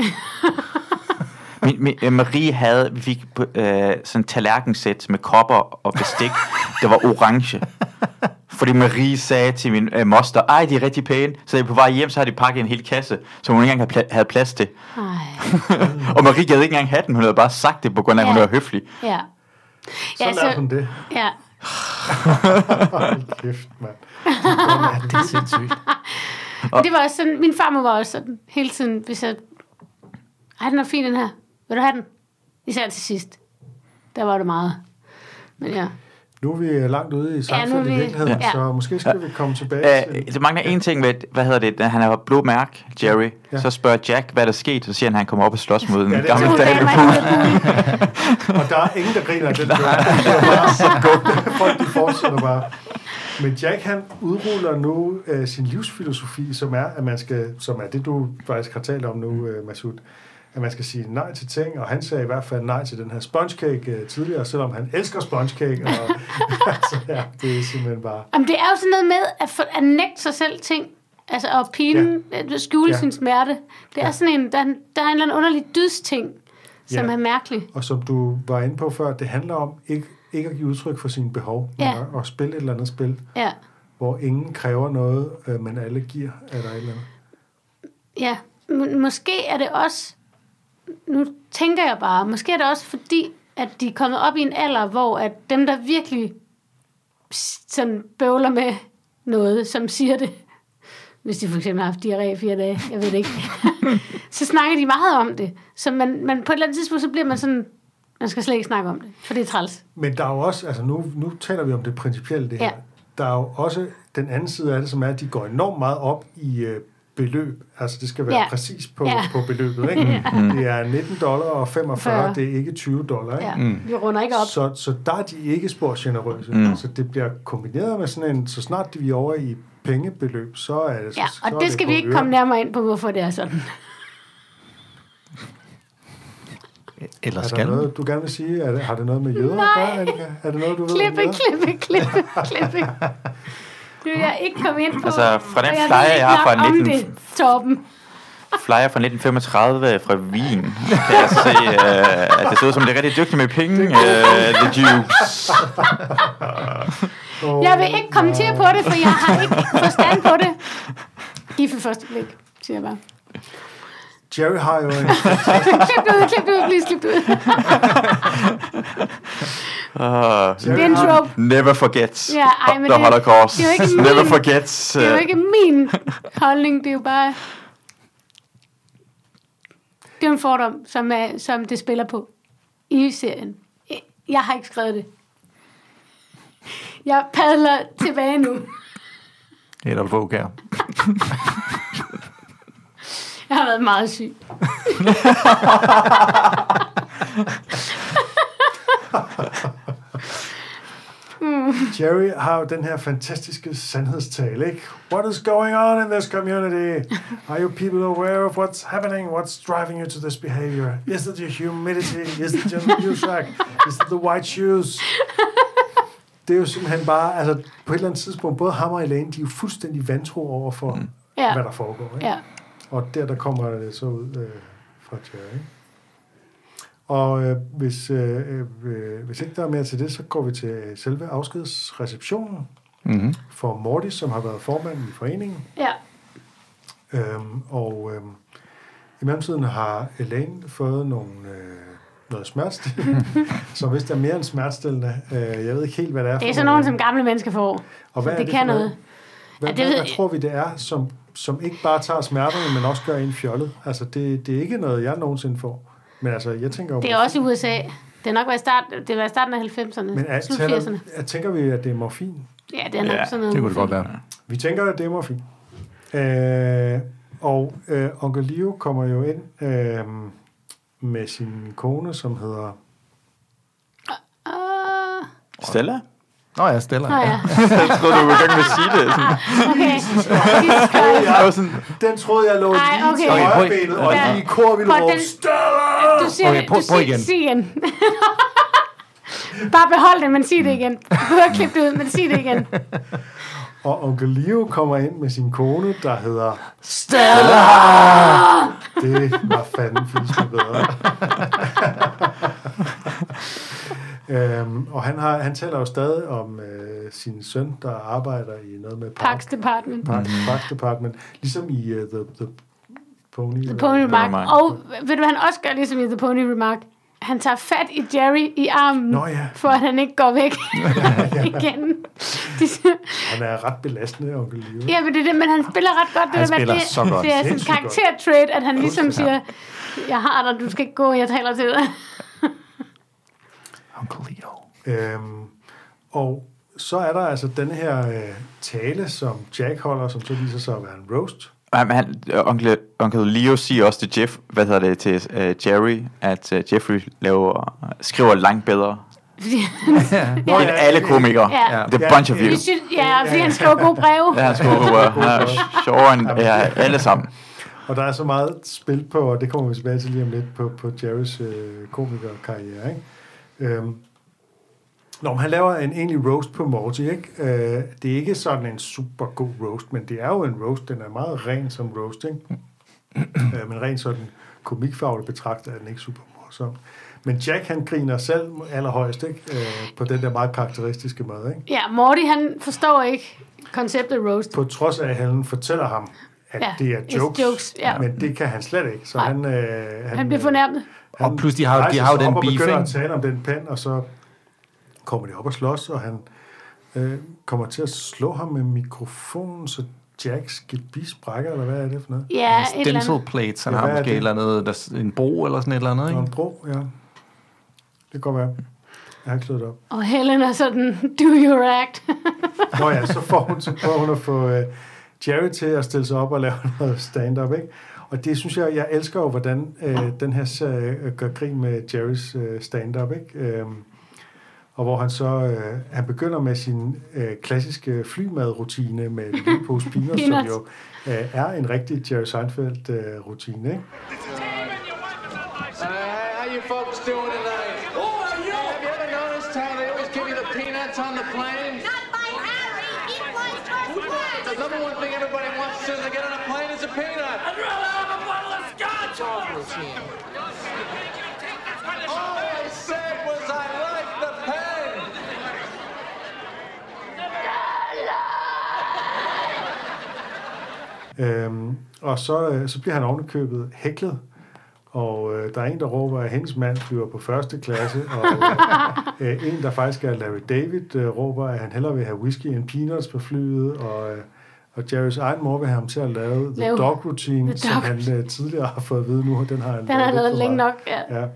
[SPEAKER 3] Marie vi fik sådan en tallerkensæt med kopper og bestik, der var orange. Fordi Marie sagde til min moster, ej, de er rigtig pæne. Så jeg på vej hjem, så har de pakket en hel kasse, som hun ikke engang havde plads til. Og Marie gad ikke engang have den, hun havde bare sagt det, på grund af, at hun var høflig.
[SPEAKER 2] Ja.
[SPEAKER 1] Så lærte hun det.
[SPEAKER 2] Ja.
[SPEAKER 1] Kæft, mand.
[SPEAKER 4] Det er sindssygt.
[SPEAKER 2] Det var også sådan, min farmor var også sådan, hele tiden, hvis jeg, den er fin, den her. Vil du have den? Især til sidst. Der var det meget. Men ja.
[SPEAKER 1] Nu er vi langt ude i samfundet i virkeligheden, så måske skal vi komme tilbage til...
[SPEAKER 3] Det mangler en ting med, hvad hedder det, han har blå mærke, Jerry. Ja. Så spørger Jack, hvad der skete, så siger han kommer op og slås mod en gammel dame.
[SPEAKER 1] Og der er ingen, der griner af den der. Det er bare så godt. Folk, de fortsætter bare. Men Jack, han udruller nu sin livsfilosofi, som er, at man skal, som er det, du faktisk har talt om nu, Masud, at man skal sige nej til ting, og han sagde i hvert fald nej til den her sponge cake tidligere, selvom han elsker sponge cake, og altså, ja, det er simpelthen bare...
[SPEAKER 2] Jamen, det er jo sådan noget med at nægte sig selv ting, altså at pine, skjule sin smerte. Det er sådan en, der er en eller anden underlig dydsting, som er mærkelig.
[SPEAKER 1] Og som du var inde på før, det handler om ikke at give udtryk for sine behov, men at spille et eller andet spil, hvor ingen kræver noget, men alle giver af dig et eller andet.
[SPEAKER 2] Ja, måske er det også... Nu tænker jeg bare, måske er det også fordi, at de er kommet op i en alder, hvor at dem, der virkelig sådan bøvler med noget, som siger det, hvis de for eksempel har haft diarré i 4 dage, jeg ved det ikke, så snakker de meget om det. Så man på et eller andet tidspunkt, så bliver man sådan, man skal slet ikke snakke om det, for det er træls.
[SPEAKER 1] Men der er jo også, altså nu taler vi om det principielle det her, der er jo også den anden side af det, som er, at de går enormt meget op i beløb. Altså det skal være præcis på beløbet, ikke? Det er $19 og 45, det er ikke $20, ikke?
[SPEAKER 2] Vi runder ikke op.
[SPEAKER 1] Så der er de ikke spor generøse. Så det bliver kombineret med sådan en, så snart de er over i pengebeløb, så er det...
[SPEAKER 2] Ja, og det skal vi ikke komme nærmere ind på, hvorfor det er sådan.
[SPEAKER 4] Eller
[SPEAKER 1] skal der noget, du gerne vil sige? Har det noget med jøder at gøre, Annika? Er det noget, du ved?
[SPEAKER 2] Klippe. Det vil jeg ikke komme ind på.
[SPEAKER 3] Altså, fra den flyer, jeg har fra 1935 fra Wien, kan jeg se, at det ser ud som, det er rigtig dygtigt med penge, The Dukes.
[SPEAKER 2] Jeg vil ikke kommentere på det, for jeg har ikke forstand på det. Giv for første blik, siger jeg bare.
[SPEAKER 1] Jerry har jo en...
[SPEAKER 2] klip det ud, please, klip det ud.
[SPEAKER 3] Never forgets the Holocaust. Never forgets.
[SPEAKER 2] Det er jo ikke min holdning, det er jo bare... Det er en fordom, som det spiller på i serien. Jeg har ikke skrevet det. Jeg padler tilbage nu.
[SPEAKER 4] Adolf Aukjær.
[SPEAKER 2] Jeg har været meget syg.
[SPEAKER 1] Jerry har jo den her fantastiske sandhedstale, ikke? What is going on in this community? Are you people aware of what's happening? What's driving you to this behavior? Is it your humidity? Is it your new track? Is it the white shoes? Det er jo simpelthen bare, altså på et eller andet tidspunkt, både ham og Elaine, de er jo fuldstændig vantro over for, hvad der foregår, ikke?
[SPEAKER 2] Ja.
[SPEAKER 1] Og der kommer det så ud fra Jerry. Og hvis ikke der er mere til det, så går vi til selve afskedsreceptionen for Morty, som har været formand i foreningen.
[SPEAKER 2] Ja.
[SPEAKER 1] I mellemtiden har Elaine fået noget smertestillende, som vist er mere end smertestillende. Jeg ved ikke helt, hvad det er.
[SPEAKER 2] Det er sådan nogen, som gamle mennesker får.
[SPEAKER 1] Og hvad
[SPEAKER 2] det kan noget.
[SPEAKER 1] Hvad tror vi, det er, som ikke bare tager smerterne, men også gør en fjollet? Altså, det er ikke noget, jeg nogensinde får. Men altså, jeg tænker...
[SPEAKER 2] Det er også i USA. Det er nok været i starten af 90'erne. Men slut 80'erne.
[SPEAKER 1] Tænker vi, at det er morfin?
[SPEAKER 2] Ja, det er nok sådan noget.
[SPEAKER 4] Det kunne det godt være.
[SPEAKER 1] Vi tænker, at det er morfin. Onkel Leo kommer jo ind med sin kone, som hedder...
[SPEAKER 3] Stella?
[SPEAKER 4] Nå ja, Stella.
[SPEAKER 2] Nå, ja.
[SPEAKER 3] Jeg troede, du var i gang med at sige det.
[SPEAKER 2] Okay.
[SPEAKER 1] Den troede jeg lå lige til højrebenet, og lige i kor ville råbe, Stella!
[SPEAKER 2] Du siger
[SPEAKER 4] okay, prøv igen.
[SPEAKER 2] Sig igen. Bare behold det, men sig det igen. Du behøver ikke klippe det ud, men sig det igen.
[SPEAKER 1] Og onkel Leo kommer ind med sin kone, der hedder
[SPEAKER 2] Stella!
[SPEAKER 1] Det var fandme fisk bedre. Og han taler jo stadig om sin søn, der arbejder i noget med
[SPEAKER 2] Parks Department.
[SPEAKER 1] Parks Department. Ligesom i The Pony.
[SPEAKER 2] The Pony Remark. Og ved du, hvad han også gør, ligesom i The Pony Remark? Han tager fat i Jerry i armen, for at han ikke går væk igen.
[SPEAKER 1] Han er ret belastende, onkel Leo.
[SPEAKER 2] Ja, men det er det, men han spiller ret godt.
[SPEAKER 4] Han spiller så godt.
[SPEAKER 2] Det er sådan en karaktertrait, at han ligesom siger, jeg har dig, du skal ikke gå, jeg taler til dig.
[SPEAKER 4] Onkel Leo.
[SPEAKER 1] Og så er der altså den her tale, som Jack holder, som så viser sig at være en roast.
[SPEAKER 3] Onkel Leo siger også til Jeff, til Jerry, at Jeffrey skriver langt bedre end alle komikere. The bunch of you.
[SPEAKER 2] Fordi han skriver gode breve.
[SPEAKER 3] Ja, han skriver gode breve. Han er sjovere end alle sammen.
[SPEAKER 1] Og der er så meget spil på, og det kommer vi tilbage til lige om lidt, på Jerrys komikerkarriere, ikke? Når han laver en egentlig roast på Morty, ikke? Det er ikke sådan en super god roast, men det er jo en roast, den er meget ren som roast, ikke? Men rent sådan komikfagligt betragtet er den ikke super morsom. Men Jack, han griner selv allerhøjst, ikke? På den der meget karakteristiske måde, ikke?
[SPEAKER 2] Ja, Morty, han forstår ikke konceptet roast.
[SPEAKER 1] På trods af, at Helen fortæller ham, at det er jokes, men det kan han slet ikke. Så han bliver
[SPEAKER 2] fornærmet.
[SPEAKER 4] Og pludselig har de jo den beef, ikke?
[SPEAKER 1] begynder at tale om den pen, og så kommer de op og slås, og han kommer til at slå ham med mikrofonen, så Jacks gebis brækker, eller hvad er det for noget?
[SPEAKER 2] Ja, et eller
[SPEAKER 4] andet. Plates, han har måske et eller andet, en bro eller sådan et eller andet, ikke?
[SPEAKER 1] En bro, ja. Det kan godt være. Jeg har ikke slået det op.
[SPEAKER 2] Og Helen er sådan, do your act.
[SPEAKER 1] Nå ja, så prøver hun at få Jerry til at stille sig op og lave noget stand-up, ikke? Og det synes jeg elsker jo, hvordan den her serie gør grin med Jerrys stand-up, ikke? Og hvor han så han begynder med sin klassiske flymadrutine med en lille pose peanuts, som jo er en rigtig Jerry Seinfeld-rutine, ikke?
[SPEAKER 7] How you folks doing tonight? Who are you? Have you ever noticed how they always give you the peanuts on the plane?
[SPEAKER 9] Not by Harry. He flies first class.
[SPEAKER 7] The number one thing everybody wants to get on a plane is a peanut. I'd rather have a bottle of scotch. All I said was I like the pen.
[SPEAKER 1] Og så bliver han ovenikøbet hæklet, og der er en, der råber, at hendes mand flyver på første klasse, og en, der faktisk er Larry David, råber, at han hellere vil have whisky end peanuts på flyet, og Jerrys egen mor vil have ham til at lave The Dog Routine, som han tidligere har fået at vide nu, og den har han
[SPEAKER 2] lavet længe nok,
[SPEAKER 1] ja.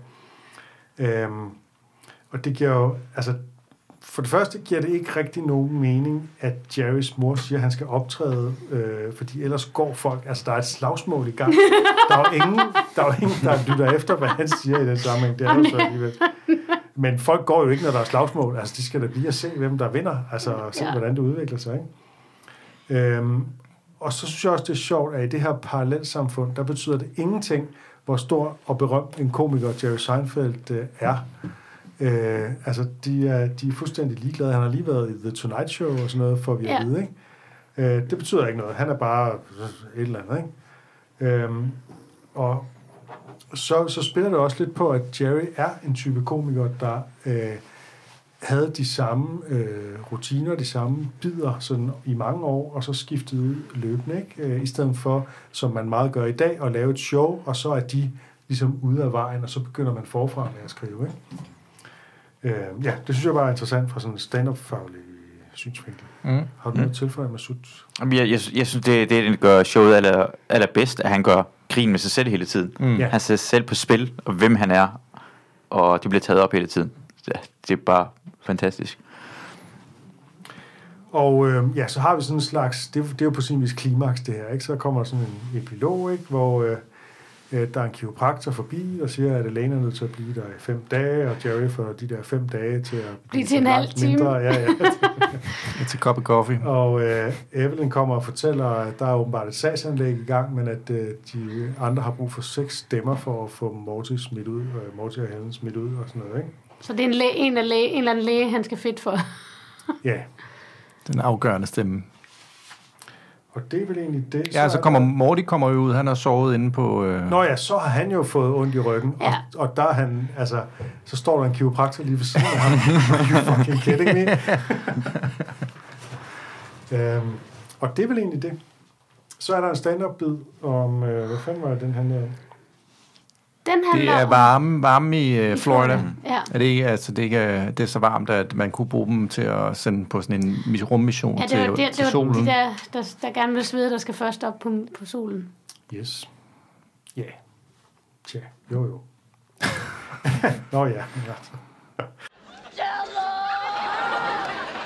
[SPEAKER 1] Og det giver jo, altså, for det første giver det ikke rigtig nogen mening, at Jerrys mor siger, at han skal optræde, fordi ellers går folk, altså der er et slagsmål i gang. Der er jo ingen, der lytter efter, hvad han siger i den sammenhæng. Det er jo så alligevel. Men folk går jo ikke, når der er slagsmål. Altså de skal da blive at se, hvem der vinder. Altså se, hvordan det udvikler sig, ikke? Og så synes jeg også, det er sjovt, at i det her parallelsamfund, der betyder det ingenting, hvor stor og berømt en komiker Jerry Seinfeld er. Altså, de er fuldstændig ligeglade. Han har lige været i The Tonight Show og sådan noget, for vi at vide, ikke? Det betyder ikke noget. Han er bare et eller andet, ikke? Og så spiller det også lidt på, at Jerry er en type komiker, der havde de samme rutiner, de samme bidder sådan i mange år, og så skiftede ud løbende, ikke? I stedet for, som man meget gør i dag, at lave et show, og så er de ligesom ude af vejen, og så begynder man forfra med at skrive, ikke? Ja, det synes jeg bare er interessant fra sådan en stand-up-faglig synsvinkel. Har du noget tilføjet med Sut?
[SPEAKER 3] Jeg synes, det gør showet allerbedst, at han gør grin med sig selv hele tiden. Han ser selv på spil, og hvem han er, og det bliver taget op hele tiden. Det er bare fantastisk.
[SPEAKER 1] Og så har vi sådan en slags, det er jo på sin vis klimaks det her, ikke? Så kommer sådan en epilog, ikke? Hvor der er en kiropraktor forbi og siger, at Elaine er nødt til at blive der i 5 dage, og Jerry får de der 5 dage til at
[SPEAKER 2] blive til en halv time.
[SPEAKER 1] Ja.
[SPEAKER 4] It's a cup of coffee.
[SPEAKER 1] Og Evelyn kommer og fortæller, at der er åbenbart et sagsanlæg i gang, men at de andre har brug for 6 stemmer for at få Morty smidt ud, Morty og Helen smidt ud og sådan noget, ikke?
[SPEAKER 2] Så det er en eller anden læge, han skal fedt for.
[SPEAKER 1] Ja.
[SPEAKER 4] Den afgørende stemme.
[SPEAKER 1] Og det er vel egentlig det.
[SPEAKER 4] Ja, så kommer Morty jo ud, han har sovet inde på...
[SPEAKER 1] Nå ja, så har han jo fået ondt i ryggen, og der er han, altså, så står der en kiropraktor lige ved siden af ham. You fucking kidding me? Og det er vel egentlig det. Så er der en stand-up-bid om, hvad fanden var det, den handler om?
[SPEAKER 4] Det er varme i Florida. Ja. Er det ikke, altså det er så varmt, at man kunne bruge dem til at sende på sådan en rummission til solen.
[SPEAKER 2] Det var de der gerne vil svede, der skal først op på solen.
[SPEAKER 1] Yes. Ja. Yeah. Tja, jo. Nå ja.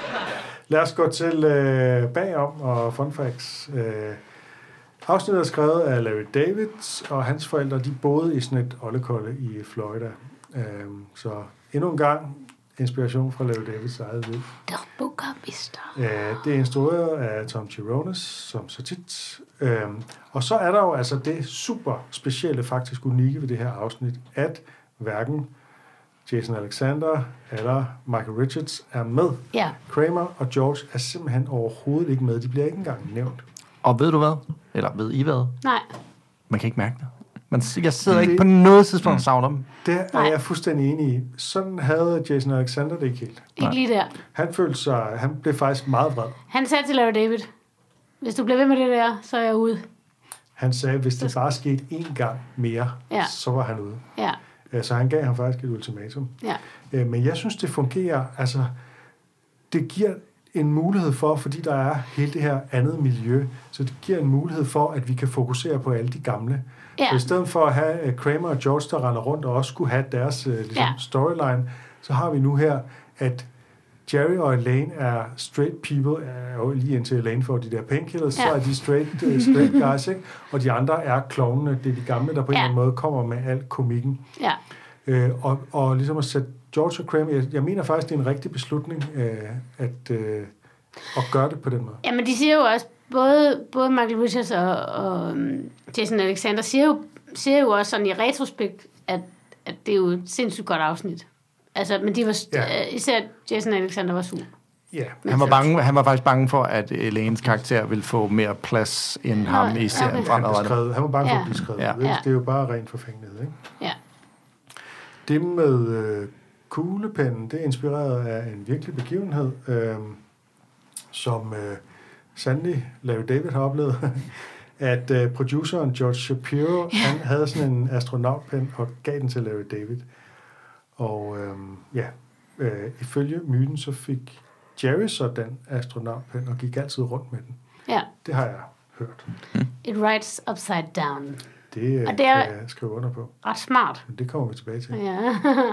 [SPEAKER 1] Lad os gå til bagom og fun facts. Afsnittet er skrevet af Larry David, og hans forældre, de boede i sådan et oldekolde i Florida. Så endnu en gang inspiration fra Larry Davids eget liv.
[SPEAKER 2] The Book of Easter.
[SPEAKER 1] Det er instrueret af Tom Chironis, som så tit. Og så er der jo altså det super specielle, faktisk unikke ved det her afsnit, at hverken Jason Alexander eller Michael Richards er med.
[SPEAKER 2] Ja.
[SPEAKER 1] Kramer og George er simpelthen overhovedet ikke med. De bliver ikke engang nævnt.
[SPEAKER 4] Og ved du hvad? Eller ved I hvad?
[SPEAKER 2] Nej.
[SPEAKER 4] Man kan ikke mærke det. Jeg sidder ikke på noget tidspunkt og savner dem.
[SPEAKER 1] Det er jeg fuldstændig enig i. Sådan havde Jason Alexander det ikke helt.
[SPEAKER 2] Ikke lige der.
[SPEAKER 1] Han blev faktisk meget vred.
[SPEAKER 2] Han sagde til Larry David, hvis du bliver ved med det der, så er jeg ude.
[SPEAKER 1] Han sagde, hvis det bare skete én gang mere, så var han ude.
[SPEAKER 2] Ja.
[SPEAKER 1] Så han gav ham faktisk et ultimatum.
[SPEAKER 2] Ja.
[SPEAKER 1] Men jeg synes, det fungerer. Altså, det giver en mulighed for, fordi der er hele det her andet miljø, så det giver en mulighed for, at vi kan fokusere på alle de gamle.
[SPEAKER 2] Ja.
[SPEAKER 1] Så i stedet for at have Kramer og George, der render rundt og også skulle have deres storyline, så har vi nu her, at Jerry og Elaine er straight people, og lige indtil Elaine får de der painkillers, så er de straight guys, ikke? Og de andre er klovnene, det er de gamle, der på en eller anden måde kommer med al komikken.
[SPEAKER 2] Ja.
[SPEAKER 1] Og ligesom at sætte George og Kramer, jeg mener faktisk, det er en rigtig beslutning at gøre det på den måde.
[SPEAKER 2] Ja, men de siger jo også, både Michael Richards og Jason Alexander siger jo også sådan i retrospekt, at det er jo et sindssygt godt afsnit. Altså, men de var især Jason Alexander var sur.
[SPEAKER 1] Ja.
[SPEAKER 4] Han var faktisk bange for, at Elaines karakter ville få mere plads end ham i serien fremadrettet.
[SPEAKER 1] Han var bange for at blive skrevet. Ja. Det er jo bare ren forfængelighed, ikke?
[SPEAKER 2] Ja.
[SPEAKER 1] Det med kuglepennen, det er inspireret af en virkelig begivenhed, som Sandy Larry David har oplevet, at produceren George Shapiro, han havde sådan en astronautpen og gav den til Larry David. Og ifølge myten, så fik Jerry så den astronautpen og gik altid rundt med den.
[SPEAKER 2] Ja.
[SPEAKER 1] Det har jeg hørt.
[SPEAKER 2] It writes upside down.
[SPEAKER 1] Det kan jeg skrive under på.
[SPEAKER 2] Ret smart.
[SPEAKER 1] Men det kommer vi tilbage til.
[SPEAKER 2] Ja.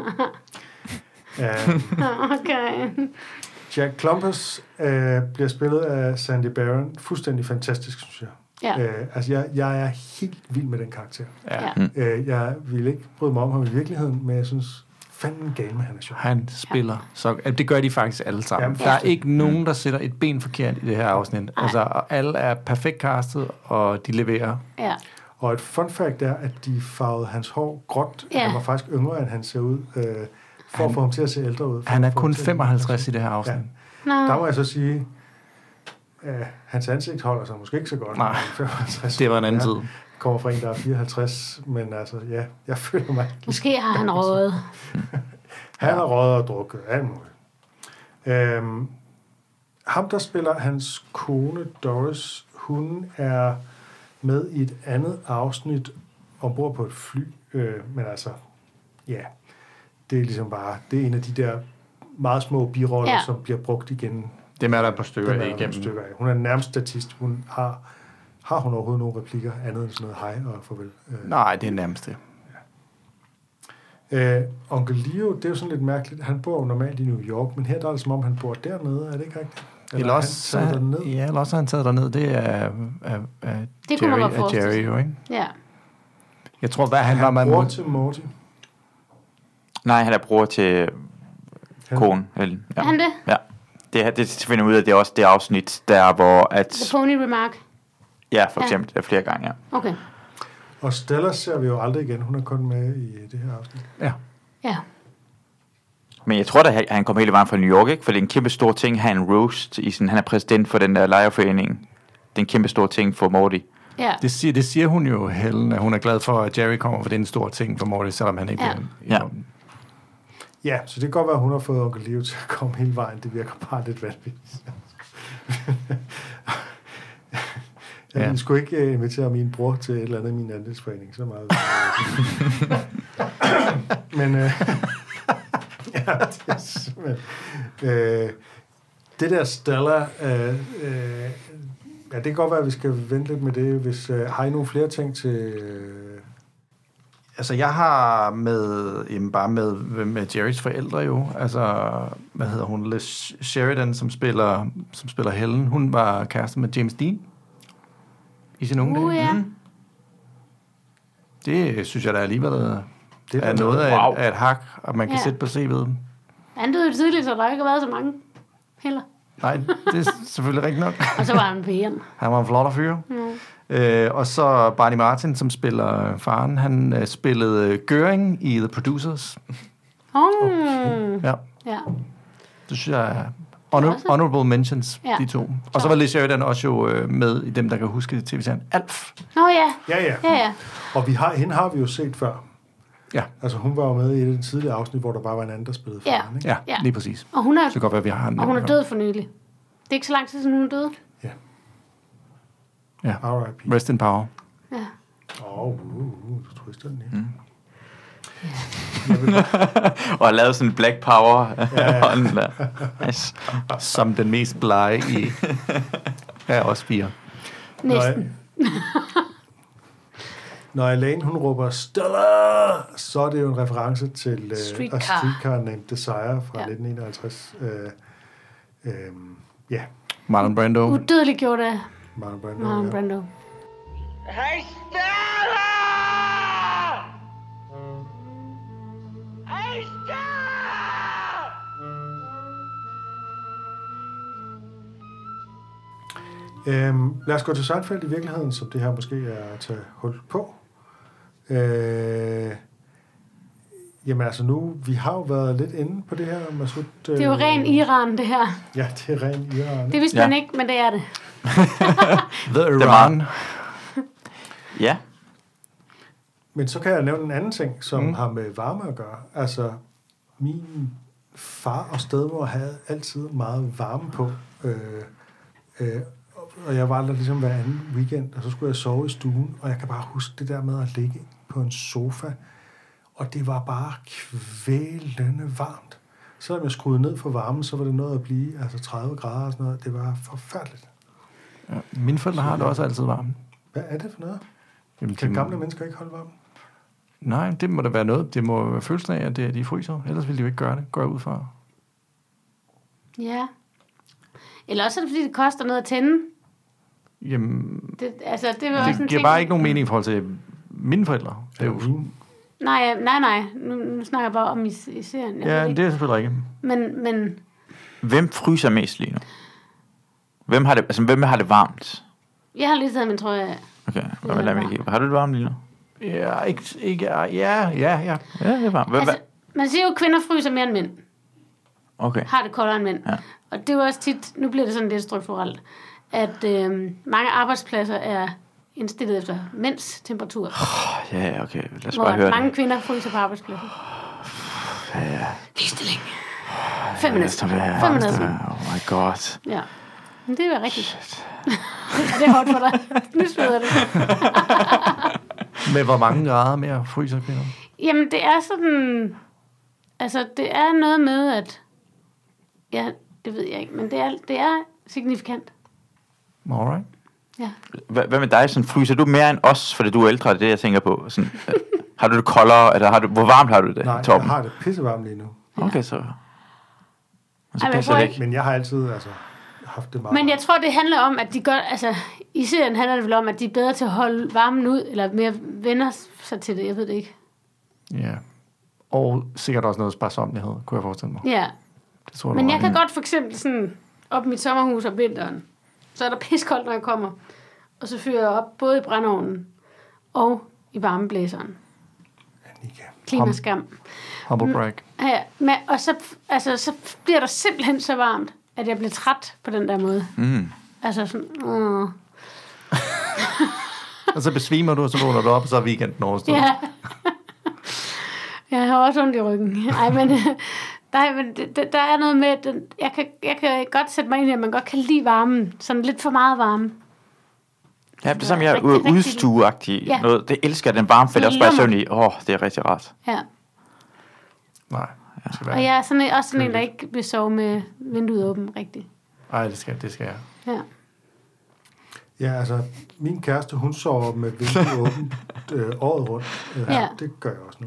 [SPEAKER 2] Okay.
[SPEAKER 1] Jack Klumpus bliver spillet af Sandy Baron. Fuldstændig fantastisk, synes jeg.
[SPEAKER 2] Ja.
[SPEAKER 1] Jeg er helt vild med den karakter.
[SPEAKER 2] Ja.
[SPEAKER 1] Jeg vil ikke bryde mig om ham i virkeligheden, men jeg synes fanden gal med, han er sjov.
[SPEAKER 4] Han spiller. Så det gør de faktisk alle sammen. Der er ikke nogen, der sætter et ben forkert i det her afsnit. Altså, alle er perfekt castet, og de leverer.
[SPEAKER 2] Ja.
[SPEAKER 1] Og et fun fact er, at de farvede hans hår gråt. Ja. Han var faktisk yngre, end han ser ud, for at få ham til at se ældre ud.
[SPEAKER 4] Han er kun 55 i det her afsnit.
[SPEAKER 1] Ja. Der må jeg så sige, hans ansigt holder sig måske ikke så godt.
[SPEAKER 4] Nej,
[SPEAKER 1] 55.
[SPEAKER 4] Det var en anden tid.
[SPEAKER 1] Kommer fra en, der er 54, men altså, jeg føler mig...
[SPEAKER 2] Måske har han røget.
[SPEAKER 1] Han har røget og drukket, alt muligt. Ham, der spiller hans kone, Doris, hun er med i et andet afsnit ombord på et fly, men altså, det er ligesom bare, det er en af de der meget små biroller, som bliver brugt igen.
[SPEAKER 4] Det er der på stykker igennem.
[SPEAKER 1] Hun er nærmest statist. Hun har hun overhovedet nogle replikker andet end sådan noget hej og farvel?
[SPEAKER 4] Nej, det er nærmest det.
[SPEAKER 1] Onkel Leo, det er jo sådan lidt mærkeligt. Han bor jo normalt i New York, men her der er det som om, han bor dernede. Er det ikke rigtigt?
[SPEAKER 4] Eller også har han taget derned. Det er Jerry jo, ikke?
[SPEAKER 2] Ja.
[SPEAKER 4] Jeg tror, hvad han var...
[SPEAKER 1] Han bror til Morty.
[SPEAKER 3] Nej, han er bror til konen.
[SPEAKER 2] Er han det?
[SPEAKER 3] Ja. Det finder ud af, det er også det afsnit, der hvor at...
[SPEAKER 2] The Pony Remark.
[SPEAKER 3] Ja, for eksempel flere gange, ja.
[SPEAKER 2] Okay.
[SPEAKER 1] Og Stella ser vi jo aldrig igen. Hun er kun med i det her afsnit.
[SPEAKER 2] Ja.
[SPEAKER 3] Men jeg tror da, han kom hele vejen fra New York, ikke? For det er en kæmpe stor ting at have en roast i sådan, han er præsident for den der lejerforening. Det er en kæmpe stor ting for Morty.
[SPEAKER 2] Ja.
[SPEAKER 4] Det siger hun jo, Helen, at hun er glad for, at Jerry kommer, for det er en stor ting for Morty, selvom han ikke bliver...
[SPEAKER 1] Ja, så det kan godt være, at hun har fået Onkel Leo til at komme hele vejen. Det virker bare lidt vanvittigt. Jeg skulle ikke invitere min bror til et eller andet i min andelsforening. Så meget. Men det er simpelthen... det der Stella... det kan godt være, at vi skal vente lidt med det. Hvis, har I nogle flere ting til...
[SPEAKER 4] Altså, jeg har bare med Jerrys forældre jo. Altså, hvad hedder hun? Liz Sheridan, som spiller Helen. Hun var kæreste med James Dean i sin unge dage.
[SPEAKER 2] Ja.
[SPEAKER 4] Det synes jeg da alligevel er noget af et hak, og man kan sætte på CV'et.
[SPEAKER 2] Han døde tidligt, så der ikke har været så mange heller.
[SPEAKER 4] Nej, det er selvfølgelig rigtigt nok.
[SPEAKER 2] Og så var han pæren.
[SPEAKER 4] Han var en flot fyr. Og så Barney Martin, som spiller faren, han spillede Göring i The Producers. Ja. Det synes jeg er honorable mentions, de to. Og så var Liz Sheridan også jo med i dem, der kan huske tv-serien Alf.
[SPEAKER 1] Ja. Og hende har vi jo set før.
[SPEAKER 4] Ja.
[SPEAKER 1] Altså hun var jo med i den tidlige afsnit, hvor der bare var en anden, der spillede faren, ikke?
[SPEAKER 4] Ja, lige præcis.
[SPEAKER 2] Og hun er,
[SPEAKER 4] så godt være, vi har
[SPEAKER 2] og hun er død for nylig. Det er ikke så lang tid siden, hun er død.
[SPEAKER 4] Ja.
[SPEAKER 1] R.I.P.
[SPEAKER 4] Rest in power.
[SPEAKER 2] Ja.
[SPEAKER 1] Du twister den lige.
[SPEAKER 3] Og har lavet sådan en Black Power hånden der.
[SPEAKER 4] Nice. Som den mest blege i af os fire.
[SPEAKER 2] Næsten.
[SPEAKER 1] Når Elaine, hun råber Stella, så er det jo en reference til Streetcar Named Desire fra 1951.
[SPEAKER 4] Marlon Brando.
[SPEAKER 2] Udødeligt gjort af
[SPEAKER 1] Marlon Brando.
[SPEAKER 9] Hey, Stella! Hey,
[SPEAKER 1] Stella! Lad os gå til Seinfeld i virkeligheden, som det her måske er at tage hul på. Jamen altså nu, vi har jo været lidt inde på det her, Masoud.
[SPEAKER 2] Det er jo ren Iran, det her.
[SPEAKER 1] Ja, det er ren Iran.
[SPEAKER 2] Det vidste man ikke, men det er det.
[SPEAKER 4] The Iran.
[SPEAKER 3] Ja.
[SPEAKER 1] Men så kan jeg nævne en anden ting, som har med varme at gøre. Altså, min far og stedmor havde altid meget varme på. Og jeg var der ligesom hver anden weekend, og så skulle jeg sove i stuen, og jeg kan bare huske det der med at ligge på en sofa, og det var bare kvælende varmt. Selvom jeg skruede ned for varmen, så var det noget at blive, altså 30 grader og sådan noget. Det var forfærdeligt.
[SPEAKER 4] Ja, mine forældre har det også altid varmt.
[SPEAKER 1] Hvad er det for noget?
[SPEAKER 4] Jamen,
[SPEAKER 1] kan gamle mennesker ikke holde varmen?
[SPEAKER 4] Nej, det må da være noget. Det må være følelsen af, at de fryser. Ellers ville de jo ikke gøre det. Går jeg ud fra.
[SPEAKER 2] Ja. Eller også er det, fordi det koster noget at tænde.
[SPEAKER 4] Jamen,
[SPEAKER 2] det
[SPEAKER 4] giver bare ikke nogen mening i forhold til mine forældre. Det er jo...
[SPEAKER 2] Nej. Nu snakker jeg bare om i serien.
[SPEAKER 4] Ja, det er selvfølgelig ikke.
[SPEAKER 2] Men...
[SPEAKER 3] Hvem fryser mest lige nu? Hvem har det varmt?
[SPEAKER 2] Jeg har lige taget min trøje af.
[SPEAKER 3] Okay, har du det varmt lige nu?
[SPEAKER 4] Ja, ikke. Ja, det er varmt.
[SPEAKER 2] Altså, man siger jo, at kvinder fryser mere end mænd.
[SPEAKER 3] Okay.
[SPEAKER 2] Har det koldere end mænd. Ja. Og det er jo også tit, nu bliver det sådan lidt strukturelt, at mange arbejdspladser er indstillet efter mænds temperatur.
[SPEAKER 3] Ja, okay. Lad os
[SPEAKER 2] hvor
[SPEAKER 3] bare høre
[SPEAKER 2] mange
[SPEAKER 3] det.
[SPEAKER 2] kvinder fryser på arbejdspladsen.
[SPEAKER 3] Ja.
[SPEAKER 2] Ligestilling. Feminism.
[SPEAKER 3] Oh my god.
[SPEAKER 2] Ja. Men det er rigtigt. Det er hårdt for dig. Nu sveder det.
[SPEAKER 4] Med hvor mange grader mere fryser kvinder?
[SPEAKER 2] Jamen, det er sådan... Altså, det er noget med, at... Ja, det ved jeg ikke, men det er signifikant.
[SPEAKER 4] Alright.
[SPEAKER 2] Ja.
[SPEAKER 3] Hvad med dig? Sådan, fryser du mere end os, fordi du er ældre? Det er det, jeg tænker på. Sådan, har du det koldere, eller hvor varmt har du det,
[SPEAKER 1] Nej,
[SPEAKER 3] Torben?
[SPEAKER 1] jeg har det pissevarmt lige nu.
[SPEAKER 3] Okay, så...
[SPEAKER 1] Men jeg har altid haft det meget.
[SPEAKER 2] Men jeg tror, det handler om, at de gør... Altså, i serien handler det vel om, at de er bedre til at holde varmen ud, eller mere vender sig til det, jeg ved det ikke.
[SPEAKER 4] Ja. Og sikkert også noget sparsomlighed, kunne jeg forestille mig.
[SPEAKER 2] Ja.
[SPEAKER 4] Det tror
[SPEAKER 2] men jeg kan godt for eksempel sådan, op i mit sommerhus om vinteren, så er der piskoldt, når jeg kommer, og så fyrer jeg op både i brændeovnen og i varmeblæseren. Klimaskam.
[SPEAKER 4] Humble brag.
[SPEAKER 2] Ja, og så bliver der simpelthen så varmt, at jeg bliver træt på den der måde. Altså sådan...
[SPEAKER 4] Og så besvimer du, og så vågner du op, og så er weekenden overstået.
[SPEAKER 2] Ja. Jeg har også ondt i ryggen. Ej, men der er noget med, at jeg kan godt sætte mig ind i, at man godt kan lide varmen. Sådan lidt for meget varme.
[SPEAKER 3] Ja, det er som jeg er udstueagtig. Ja. Noget, det elsker den varme fælde, også bare søvn i. Det er rigtig rart.
[SPEAKER 2] Ja.
[SPEAKER 4] Nej.
[SPEAKER 2] Og jeg er sådan, også sådan en, der ikke vil sove med vinduet åbent rigtigt.
[SPEAKER 4] Nej, det skal jeg.
[SPEAKER 2] Ja.
[SPEAKER 1] Ja, altså, min kæreste, hun sover med vinduet åbent året rundt. Det gør jeg også nu.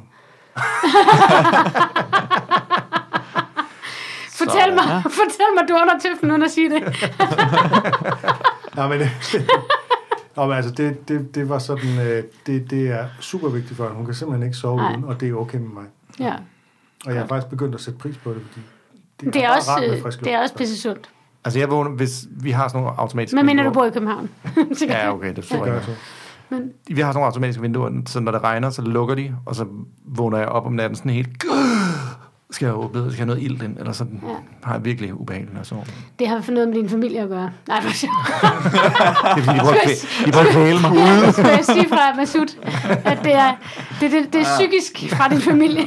[SPEAKER 2] Fortæl mig, du er under tøften, uden at sige det.
[SPEAKER 1] Ja, men altså, det var sådan, det er super vigtigt for hende. Hun kan simpelthen ikke sove uden, og det er okay med mig.
[SPEAKER 2] Ja.
[SPEAKER 1] Og jeg har faktisk begyndt at sætte pris på det, fordi
[SPEAKER 2] det er også rart med frisk luft. Det er også pisse sundt.
[SPEAKER 4] Altså, jeg vågner, hvis vi har sådan nogle automatiske
[SPEAKER 2] vinduer. Men mener du bor i København?
[SPEAKER 4] Ja, okay, det forstår jeg. Men vi har sådan nogle automatiske vinduer, så når det regner, så lukker de, og så vågner jeg op om natten sådan helt... Skal jeg åbne, skal jeg have noget ild ind, eller sådan, har jeg virkelig ubehageligt at sove.
[SPEAKER 2] Det har noget med din familie at gøre. Nej, hvor sjovt.
[SPEAKER 4] Det er fordi, de prøver at kvæle mig.
[SPEAKER 2] Det skal jeg sige fra Masud, at det er psykisk fra din familie.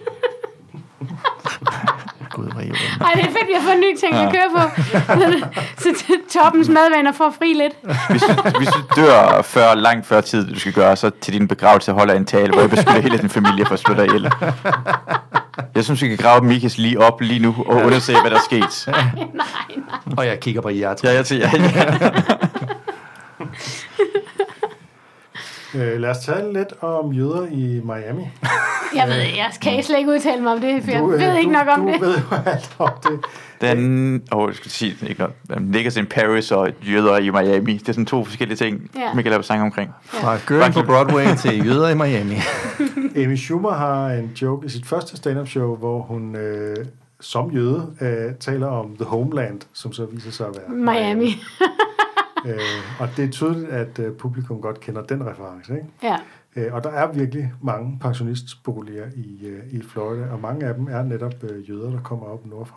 [SPEAKER 4] Gud,
[SPEAKER 2] ej, det er fedt, vi har fået en ny ting at køre på. Så Toppens madvaner får fri lidt.
[SPEAKER 3] Hvis du dør langt før tid, du skal gøre, så til din begravelse holder en tale, hvor jeg beskytter hele din familie for at slå dig ihjel. Jeg synes, vi kan grave Mikas lige op lige nu og undersøge, hvad der er sket.
[SPEAKER 2] Nej.
[SPEAKER 4] Og jeg kigger på jer.
[SPEAKER 3] Ja, jeg siger
[SPEAKER 1] lad os tale lidt om jøder i Miami.
[SPEAKER 2] Jeg kan slet ikke udtale mig om det, for jeg ved ikke nok om det.
[SPEAKER 1] Du ved jo alt om det.
[SPEAKER 3] Jeg skulle sige ikke noget. Niggas in Paris og jøder i Miami. Det er sådan to forskellige ting, man kan lave sang omkring.
[SPEAKER 4] Fra Gøring på Broadway til jøder i Miami.
[SPEAKER 1] Amy Schumer har en joke i sit første stand-up show, hvor hun som jøde taler om The Homeland, som så viser sig at være
[SPEAKER 2] Miami.
[SPEAKER 1] Og det er tydeligt, at publikum godt kender den reference, ikke?
[SPEAKER 2] Ja.
[SPEAKER 1] Og der er virkelig mange pensionistboliger i Florida, og mange af dem er netop jøder, der kommer op nordfra.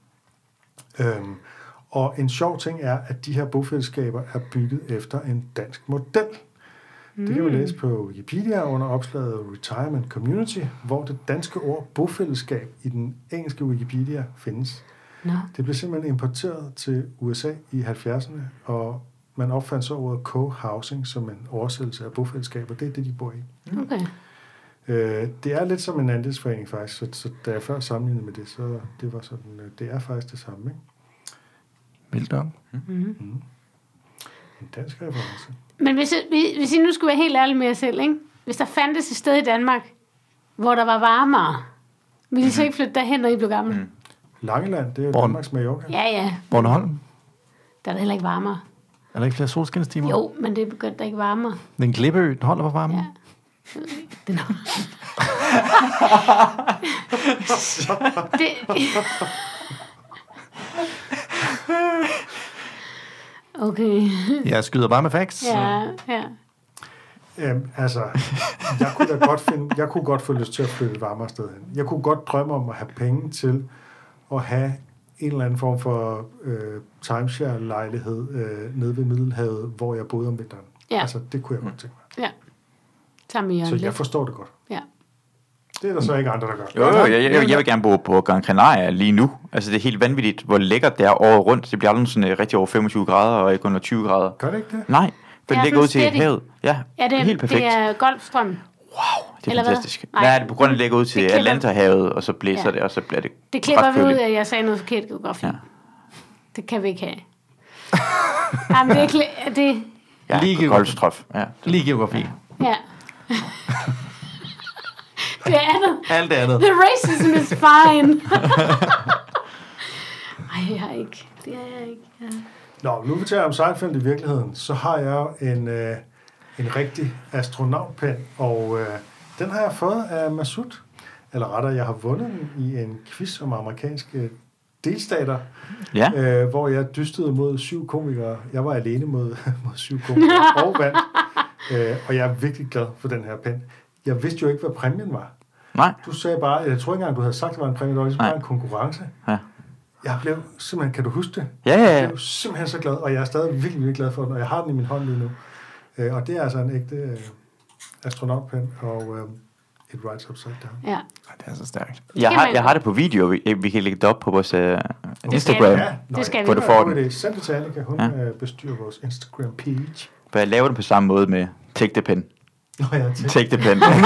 [SPEAKER 1] Og en sjov ting er, at de her bofællesskaber er bygget efter en dansk model. Det kan man læse på Wikipedia under opslaget Retirement Community, hvor det danske ord bofællesskab i den engelske Wikipedia findes.
[SPEAKER 2] No. Det
[SPEAKER 1] blev simpelthen importeret til USA i 70'erne, og man opfandt så ordet co-housing som en oversættelse af bofællesskaber. Det er det, de bor i.
[SPEAKER 2] Okay.
[SPEAKER 1] Det er lidt som en andelsforening faktisk, så da jeg før sammenlignede med det, så det var sådan, det er faktisk det samme, ikke?
[SPEAKER 4] Vildt om.
[SPEAKER 1] En dansk reference.
[SPEAKER 2] Men hvis I nu skulle være helt ærlig med jer selv, ikke? Hvis der fandtes et sted i Danmark, hvor der var varmere, ville I så ikke flytte derhen, når I blev gamle?
[SPEAKER 1] Langeland, det er jo Danmarks Mallorca.
[SPEAKER 2] Ja.
[SPEAKER 4] Bornholm?
[SPEAKER 2] Der er det heller ikke varmere.
[SPEAKER 4] Er der ikke flere solskinstimer?
[SPEAKER 2] Jo, men det begyndte der ikke varmere.
[SPEAKER 4] Den klippeø, den holder på varmen?
[SPEAKER 2] Ja. Den Okay.
[SPEAKER 4] Jeg skyder bare med facts.
[SPEAKER 2] Ja.
[SPEAKER 1] Altså, jeg kunne godt få lyst til at flytte et varmere sted hen. Jeg kunne godt drømme om at have penge til at have en eller anden form for timeshare-lejlighed nede ved Middelhavet, hvor jeg boede om vinteren.
[SPEAKER 2] Ja.
[SPEAKER 1] Altså, det kunne jeg godt tænke mig.
[SPEAKER 2] Ja. Så
[SPEAKER 1] jeg forstår det godt.
[SPEAKER 2] Ja.
[SPEAKER 1] Det er der så ikke andre, der gør.
[SPEAKER 3] Jo, jeg vil gerne bo på Gran Canaria lige nu. Altså, det er helt vanvittigt, hvor lækkert det er året rundt. Det bliver aldrig sådan rigtig over 25 grader og ikke under 20 grader.
[SPEAKER 1] Gør det ikke det?
[SPEAKER 3] Nej, for det ligger ud til havet. Ja,
[SPEAKER 2] det er helt perfekt. Det er Golfstrøm.
[SPEAKER 3] Wow, det er fantastisk. Nej, det er på grund af, at det ligger ud til Atlanterhavet, og så blæser det, og så bliver det
[SPEAKER 2] det klipper vi ud, at jeg sagde noget forkert geografi. Ja. Det kan vi ikke have. Jamen, det
[SPEAKER 3] ja, lige Golfstrøm. Ja.
[SPEAKER 4] Lige geografi.
[SPEAKER 2] Ja. Det andet.
[SPEAKER 4] Alt det andet.
[SPEAKER 2] The racism is fine. Ej, jeg er ikke. Det er jeg ikke. Ja.
[SPEAKER 1] Nå, nu vi taler om Seinfeld i virkeligheden, så har jeg jo en rigtig astronautpen, og den har jeg fået af Masud. Eller rettere, jeg har vundet den i en quiz om amerikanske delstater, hvor jeg dystede mod 7 komikere. Jeg var alene mod 7 komikere og vandt. Og jeg er virkelig glad for den her pen. Jeg vidste jo ikke, hvad præmien var.
[SPEAKER 3] Nej.
[SPEAKER 1] Du sagde bare, jeg tror ikke engang, du havde sagt, at det var en præmie, det var ligesom bare en konkurrence. Ja. Jeg blev simpelthen, kan du huske det?
[SPEAKER 3] Ja.
[SPEAKER 1] Jeg blev simpelthen så glad, og jeg er stadig virkelig, virkelig glad for den, og jeg har den i min hånd lige nu. Og det er altså en ægte astronautpen, og it writes upside down.
[SPEAKER 2] Ja.
[SPEAKER 4] Det er så stærkt.
[SPEAKER 3] Jeg har det på video, vi kan lægge det op på vores Instagram.
[SPEAKER 2] Det skal vi.
[SPEAKER 3] Hvor du får den.
[SPEAKER 1] Send det til Annika, hun bestyrer vores Instagram page.
[SPEAKER 3] For jeg laver den på samme måde med Take the Pen. Take the pen.
[SPEAKER 1] Det er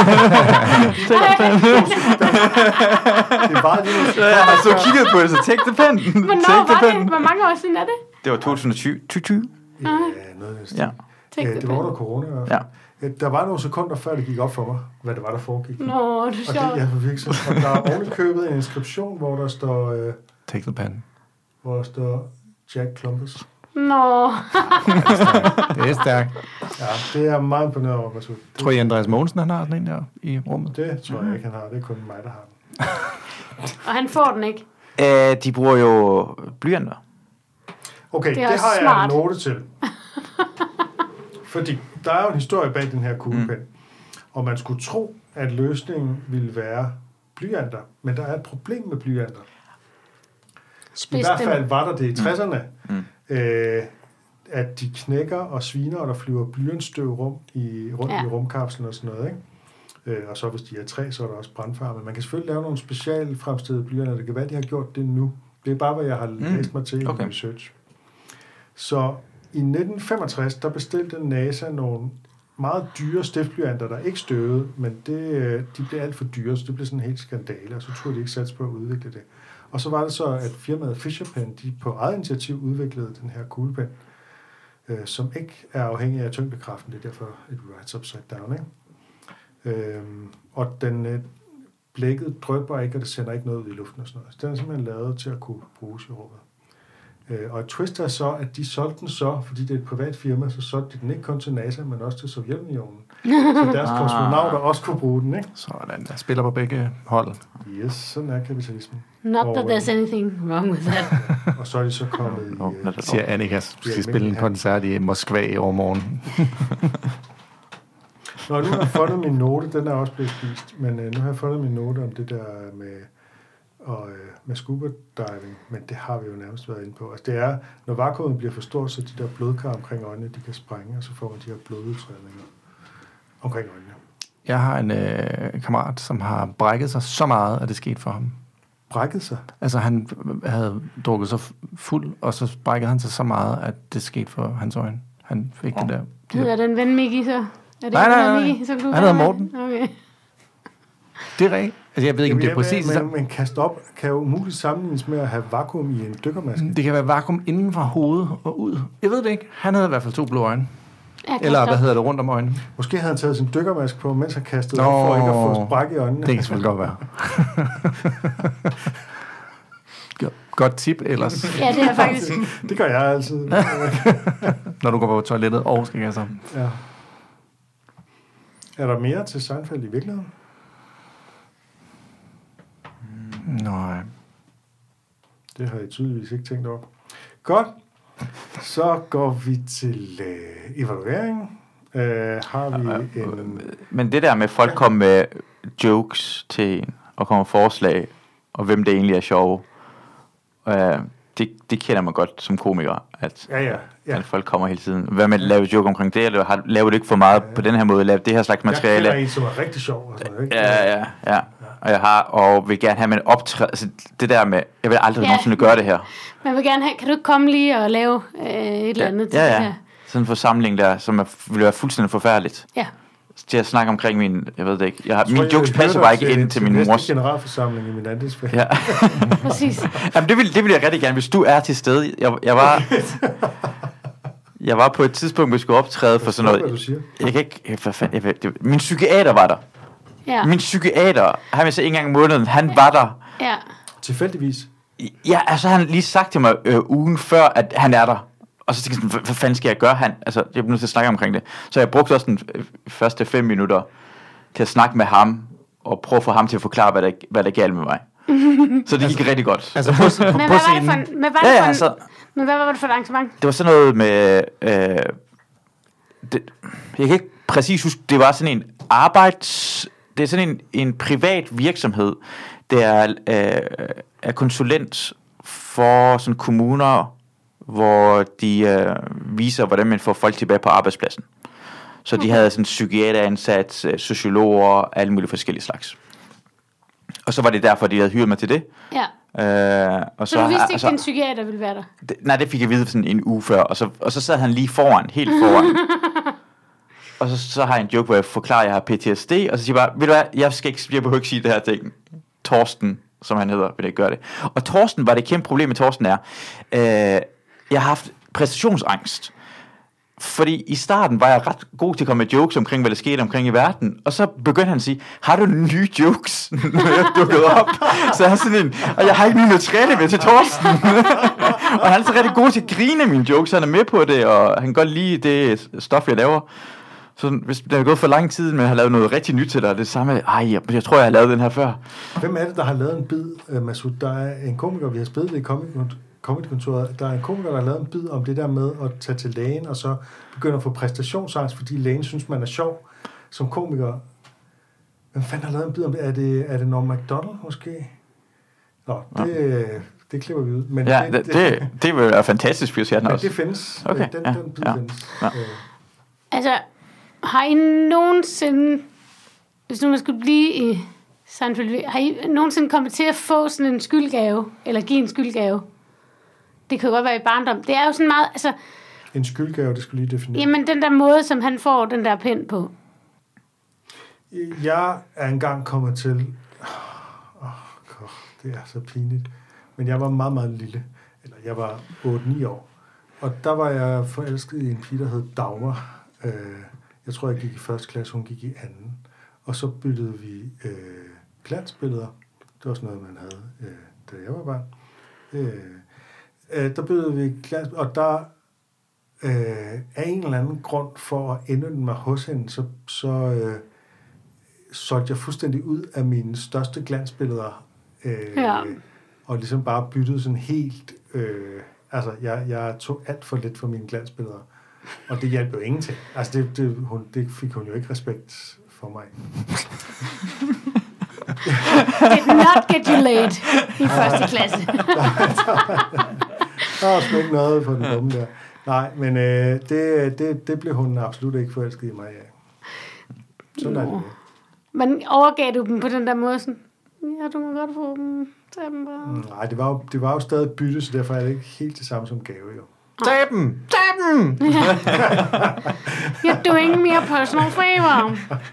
[SPEAKER 1] bare lige nu.
[SPEAKER 3] Jeg har så kigget på det, så take the pen.
[SPEAKER 2] Hvornår var det? Hvor mange år siden er det?
[SPEAKER 3] Det var 2020.
[SPEAKER 1] Ja, noget af det. Det var under corona i hvert fald. Ja. Der var nogle sekunder før det gik op for mig, hvad det var, der foregik.
[SPEAKER 2] Nå, det er sjovt.
[SPEAKER 1] Jeg fik så, og der er ovenikøbet en inskription, hvor der står...
[SPEAKER 4] Take the pen.
[SPEAKER 1] Hvor der står Jack Klumpus.
[SPEAKER 2] Nå.
[SPEAKER 4] Det er stærkt.
[SPEAKER 1] Ja, det er meget imponeret over, Masud.
[SPEAKER 4] Tror I, Andreas Mogensen, han har den ind der i rummet?
[SPEAKER 1] Det tror jeg ikke, han har. Det er kun mig, der har den.
[SPEAKER 2] Og han får den ikke?
[SPEAKER 3] De bruger jo blyanter.
[SPEAKER 1] Okay, det har smart. Jeg en note til. Fordi der er jo en historie bag den her kuglepen. Og man skulle tro, at løsningen ville være blyanter. Men der er et problem med blyanter. I hvert fald var der det i 60'erne. At de knækker og sviner, og der flyver blyantstøv rundt i rumkapslen og sådan noget, ikke? Og så hvis de er træ, så er der også brandfare. Men man kan selvfølgelig lave nogle specielt fremstillede blyanter. Det kan være, de har gjort det nu. Det er bare, hvad jeg har læst mig til i research. Så i 1965, der bestilte NASA nogle meget dyre stiftblyanter, der ikke støvede, men de blev alt for dyre, så det blev sådan en helt skandale, og så turde de ikke satse på at udvikle det. Og så var det så, at firmaet Fisher-Pen, de på eget initiativ udviklede den her kuglepen, som ikke er afhængig af tyngdekraften. Det er derfor et writes upside down, ikke? Og den blækket drypper ikke, og det sender ikke noget ud i luften og sådan noget. Så den er simpelthen lavet til at kunne bruges i rummet. Og et twist er så, at de solgte den så, fordi det er et privat firma, så solgte de den ikke kun til NASA, men også til Sovjetunionen. Så deres kosmonauter også kunne bruge den, ikke?
[SPEAKER 4] Sådan, der spiller på begge hold.
[SPEAKER 1] Yes, sådan er kapitalismen.
[SPEAKER 2] Not that there's anything wrong with that.
[SPEAKER 1] Og så er de så kommet i...
[SPEAKER 4] siger Annika, skal spille en koncert i Moskva i overmorgen.
[SPEAKER 1] Nå, nu har jeg fundet min note, den er også blevet spist, men nu har jeg fundet min note om det der med scuba diving, men det har vi jo nærmest været inde på. Altså det er, når vakuumet bliver for stort, så de der blodkar omkring øjnene, de kan sprænge, og så får man de her blodudtrædninger omkring øjnene.
[SPEAKER 4] Jeg har en kammerat, som har brækket sig så meget, at det skete for ham.
[SPEAKER 1] Brækket sig?
[SPEAKER 4] Altså han havde drukket sig fuld, og så brækkede han sig så meget, at det skete for hans øjne. Han fik det der.
[SPEAKER 2] Hedder den ven Miki så? Er det
[SPEAKER 4] nej.
[SPEAKER 2] Miki, så
[SPEAKER 4] han hedder Morten.
[SPEAKER 2] Okay.
[SPEAKER 4] Det er rigtigt. Altså, jeg ved ikke, om det er præcis.
[SPEAKER 1] Men kaste op kan jo umuligt sammenlignes med at have vakuum i en dykkermaske.
[SPEAKER 4] Det kan være vakuum inden fra hovedet og ud. Jeg ved det ikke. Han havde i hvert fald 2 blå øjne. Eller hvad hedder det, rundt om øjnene.
[SPEAKER 1] Måske havde han taget sin dykkermaske på, mens han kastede op, for ikke at få spræk i øjnene.
[SPEAKER 4] Det kan selvfølgelig godt være. Godt tip ellers.
[SPEAKER 2] Ja, det er faktisk.
[SPEAKER 1] Det gør jeg altid.
[SPEAKER 4] Når du går på toilettet og skal kaste op.
[SPEAKER 1] Ja. Er der mere til Seinfeld i virkeligheden?
[SPEAKER 4] Nej.
[SPEAKER 1] Det har jeg tydeligvis ikke tænkt over. Godt. Så går vi til evaluering. Har vi en...
[SPEAKER 3] Men det der med, folk kommer med jokes til en, og kommer forslag, og hvem det egentlig er sjove, det kender man godt som komiker, at folk kommer hele tiden. Hvad med at lave joke omkring det, eller laver du ikke for meget på den her måde, lave det her slags materiale?
[SPEAKER 1] Jeg kender en, som er rigtig sjov. Og sådan noget, ikke?
[SPEAKER 3] Ja. Og vil gerne have med en optræd, altså det der med, jeg vil aldrig nogensinde gøre det her.
[SPEAKER 2] Man vil gerne have, kan du ikke komme lige og lave et eller andet til det her?
[SPEAKER 3] Sådan en forsamling der, som vil være fuldstændig forfærdeligt. Ja. Til at snakke omkring min, jeg ved det ikke, mine jokes passer bare ikke ind til min mors
[SPEAKER 1] generalforsamling i min andelsfag.
[SPEAKER 3] Ja.
[SPEAKER 2] Præcis.
[SPEAKER 3] Jamen det vil jeg rigtig gerne, hvis du er til stede. Jeg var på et tidspunkt, hvor jeg skulle optræde for sådan noget. Jeg kan ikke, min psykiater var der. Ja. Min psykiater, han vil så en gang i måneden, han var der.
[SPEAKER 2] Ja.
[SPEAKER 1] Tilfældigvis.
[SPEAKER 3] Ja, altså han lige sagt til mig ugen før, at han er der. Og så tænkte jeg sådan, hvad fanden skal jeg gøre? Jeg bliver nødt til at snakke omkring det. Så jeg brugte også den første 5 minutter til at snakke med ham, og prøve at få ham til at forklare, hvad der er galt med mig. Så det gik rigtig godt.
[SPEAKER 4] Altså på scenen.
[SPEAKER 2] Men hvad var det for et arrangement?
[SPEAKER 3] Det var sådan noget med... jeg kan ikke præcis huske, det var sådan en det er sådan en privat virksomhed, der er konsulent for sådan kommuner, hvor de viser, hvordan man får folk tilbage på arbejdspladsen. Så de havde sådan psykiateransat, sociologer, alle mulige forskellige slags. Og så var det derfor, de havde hyret mig til det.
[SPEAKER 2] Ja.
[SPEAKER 3] Og
[SPEAKER 2] så du vidste ikke, at en psykiater ville være der?
[SPEAKER 3] Nej, det fik jeg vide sådan en uge før. Og så sad han lige helt foran. Og så har jeg en joke, hvor jeg forklarer, at jeg har PTSD. Og så siger jeg bare, ved du hvad, jeg behøver ikke sige det her ting. Torsten, som han hedder, vil ikke gøre det. Og Torsten, var det kæmpe problem med Torsten er, jeg har haft præstationsangst. fordi i starten var jeg ret god til at komme med jokes omkring, hvad der skete omkring i verden, og så begyndte han at sige, har du nye jokes, når jeg dukkede op? Så jeg er sådan en, og jeg har ikke nye materiale med til Torsten. Og han er så rigtig god til at grine af mine jokes, han er med på det, og han kan godt lide det stof, jeg laver. Så hvis det er gået for lang tid med at have lavet noget rigtig nyt til dig, det samme, jeg tror, jeg har lavet den her før.
[SPEAKER 1] Hvem er det, der har lavet en bid, Masud? Der er en komiker, vi har spillet i Comedy-kontoret. Der er en komiker, der har lavet en bid om det der med at tage til lægen, og så begynde at få præstationsangst, fordi lægen synes, man er sjov som komiker. Hvem fanden har lavet en bid om det? Er det Norm Macdonald måske? Nå, det klipper vi ud. Men
[SPEAKER 3] ja, det vil være fantastisk, hvis jeg den også.
[SPEAKER 1] Det findes.
[SPEAKER 3] Okay.
[SPEAKER 1] Den bid findes. Ja.
[SPEAKER 2] Altså, har I nogensinde, hvis nu man skulle blive i Seinfeld, har I nogensinde kommet til at få sådan en skyldgave, eller give en skyldgave? Det kan jo godt være i barndom. Det er jo sådan meget, altså...
[SPEAKER 1] En skyldgave, det skulle lige definere.
[SPEAKER 2] Jamen, den der måde, som han får den der pind på.
[SPEAKER 1] Jeg er engang kommet til... det er så pinligt. Men jeg var meget, meget lille. Eller jeg var 8-9 år. Og der var jeg forelsket i en pige, der hed Dagmar. Jeg tror, jeg gik i første klasse, hun gik i anden. Og så byttede vi glansbilleder. Det var sådan noget, man havde, da jeg var barn. Der byttede vi glans, og der af en eller anden grund for at indønde mig hos hende, så solgte jeg fuldstændig ud af mine største glansbilleder. Og ligesom bare byttede sådan helt... altså, jeg tog alt for lidt for mine glansbilleder. Og det hjalp jo ingenting. Altså, det fik hun jo ikke respekt for mig.
[SPEAKER 2] Did not get you laid i første klasse.
[SPEAKER 1] Der var sgu ikke noget på den dumme der. Nej, men det blev hun absolut ikke forelsket i mig af. Sådan er det.
[SPEAKER 2] Men overgav du dem på den der måde sådan? Ja, du må godt få dem. Tag dem bare.
[SPEAKER 1] Nej, det var jo stadig bytte, så derfor er det ikke helt det samme som gave, jo.
[SPEAKER 4] Tag dem! Tag dem!
[SPEAKER 2] You're doing me a personal favor.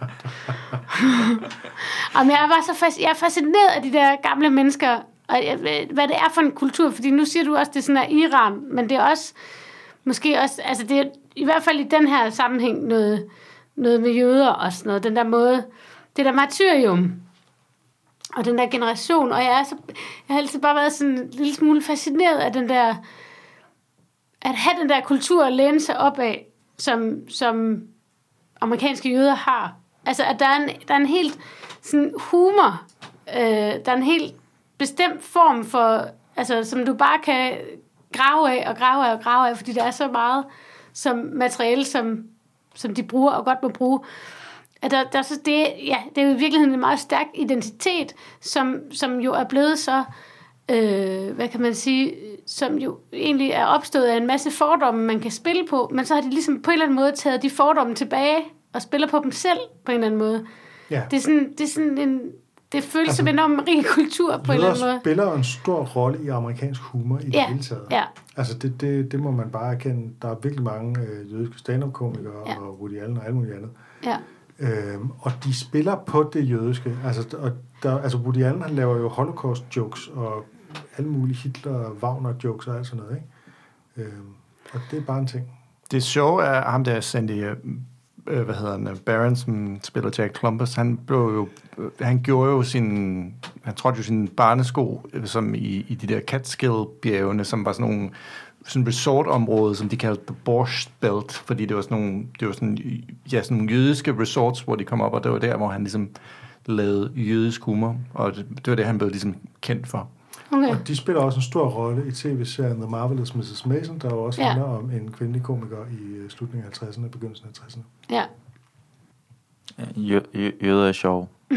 [SPEAKER 2] Og jeg er fascineret af de der gamle mennesker, og hvad det er for en kultur, fordi nu siger du også, det er sådan af Iran, men det er også, måske også, altså det er i hvert fald i den her sammenhæng noget med jøder og sådan noget, den der måde, det der martyrium, og den der generation, og jeg har altid bare været sådan en lille smule fascineret af den der, at have den der kultur at læne sig op af, som amerikanske jøder har. Altså, at der er en helt sådan humor, der er en helt bestemt form for, altså, som du bare kan grave af, fordi der er så meget som materiale, som de bruger og godt må bruge. At der så det er jo i virkeligheden en meget stærk identitet, som jo er blevet så, hvad kan man sige, som jo egentlig er opstået af en masse fordomme, man kan spille på, men så har de ligesom på en eller anden måde taget de fordomme tilbage og spiller på dem selv på en eller anden måde. Ja. Det føles som en enormt rig kultur på en eller anden måde.
[SPEAKER 1] Spiller en stor rolle i amerikansk humor i det hele taget.
[SPEAKER 2] Ja.
[SPEAKER 1] Altså det må man bare erkende. Der er virkelig mange jødiske stand-up-komikere og Woody Allen og alt muligt andet.
[SPEAKER 2] Ja.
[SPEAKER 1] Og de spiller på det jødiske. Altså Woody Allen, han laver jo Holocaust-jokes og alle mulige Hitler-Wagner-jokes og alt sådan noget, ikke? Og det er bare en ting.
[SPEAKER 4] Det sjove er ham der Sandy Barron, som spiller Jack Columbus, han gjorde jo han trådte jo sin barnesko som i de der Catskill-bjergene, som var sådan resort-område, som de kaldte Borscht Belt, fordi det var sådan nogle jødiske resorts, hvor de kom op, og det var der, hvor han ligesom lavede jødisk humor, og det var det, han blev ligesom kendt for.
[SPEAKER 1] Okay. Og de spiller også en stor rolle i tv-serien The Marvelous Mrs. Mason, der også handler om en kvindelig komiker i slutningen af 50'erne og begyndelsen af 60'erne.
[SPEAKER 2] Ja.
[SPEAKER 3] Jøder er sjov.
[SPEAKER 1] Du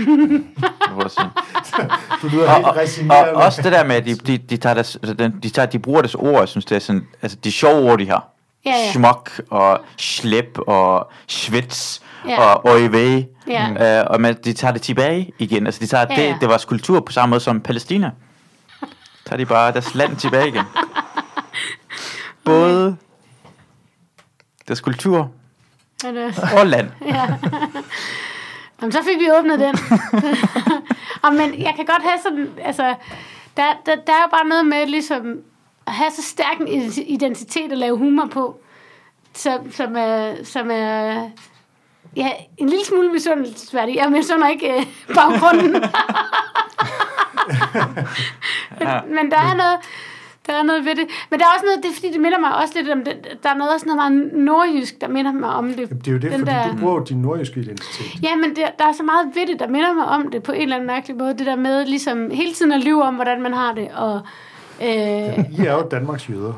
[SPEAKER 1] lyder helt resignerende.
[SPEAKER 3] Og også det der med, at de bruger deres ord, jeg synes, det er sådan, altså de sjove ord, de har.
[SPEAKER 2] Ja.
[SPEAKER 3] Schmuck og slip og schwitz og oive. Og de tager det tilbage igen. Altså de tager det var kultur på samme måde som Palæstina. Tager de bare deres land tilbage igen. Både deres kultur og land.
[SPEAKER 2] Ja. Jamen, så fik vi åbnet den. Men jeg kan godt have sådan, altså, der er jo bare noget med ligesom at have så stærk en identitet at lave humor på. som er ja, en lille smule misundelsesværdig. Jeg misunder ikke baggrunden. Men der er noget ved det. Men der er også noget, det er fordi, det minder mig også lidt om det. Der er noget også noget meget nordjysk, der minder mig om det.
[SPEAKER 1] Jamen, det er jo det, fordi du bruger din nordjyske identitet.
[SPEAKER 2] Ja, men der er så meget ved det, der minder mig om det på en eller anden mærkelig måde. Det der med ligesom hele tiden at lyve om, hvordan man har det. Og,
[SPEAKER 1] I er jo Danmarks jøder.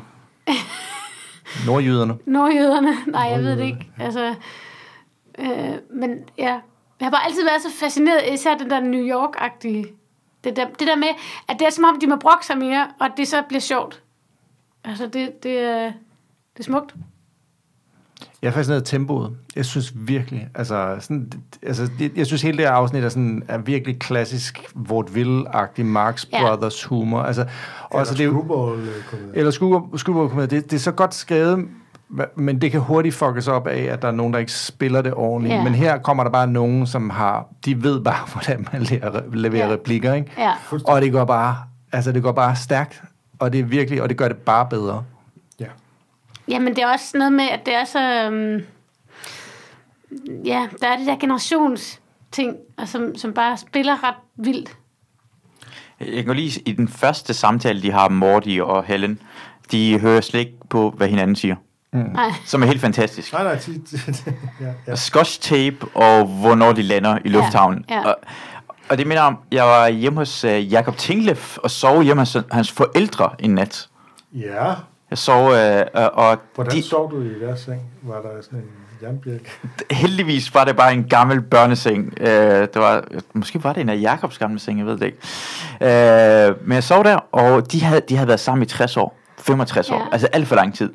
[SPEAKER 2] Nordjyderne? Nej, jeg ved det ikke. Altså, men ja, jeg har bare altid været så fascineret, især den der New York-agtige. Det der med, at det er som om, de må brokke sig mere, og at det så bliver sjovt. Altså, det er smukt.
[SPEAKER 4] Jeg er fascineret af tempoet. Jeg synes virkelig, jeg synes hele det her afsnit er virkelig klassisk vaudeville-agtig Marx Brothers humor. Altså, eller Screwball-komedie. Det er så godt skrevet, men det kan hurtigt fuckes op af, at der er nogen, der ikke spiller det ordentligt. Yeah. Men her kommer der bare nogen, som de ved bare, hvordan man leverer replikker, ikke?
[SPEAKER 2] Yeah.
[SPEAKER 4] Og det går bare stærkt, og det er virkelig, og det gør det bare bedre.
[SPEAKER 1] Ja.
[SPEAKER 2] Jamen, det er også noget med, at det er så... der er det der generationsting, og som bare spiller ret vildt.
[SPEAKER 3] Jeg kan lige i den første samtale, de har Morty og Helen, de hører slet ikke på, hvad hinanden siger. Som er helt fantastisk.
[SPEAKER 1] Ja.
[SPEAKER 3] Scotch tape, og hvornår de lander i lufthavnen.
[SPEAKER 2] Ja.
[SPEAKER 3] Og det minder om, jeg var hjemme hos Jacob Tingleff og sov hjemme hos hans forældre en nat.
[SPEAKER 1] Ja.
[SPEAKER 3] Jeg sov...
[SPEAKER 1] Hvordan sov du i deres seng? Var der sådan en jernbjælke?
[SPEAKER 3] Heldigvis var det bare en gammel børneseng. Måske var det en af Jacobs gamle seng, jeg ved det ikke. Men jeg sov der, og de havde været sammen i 60 år. 65 år. Altså alt for lang tid.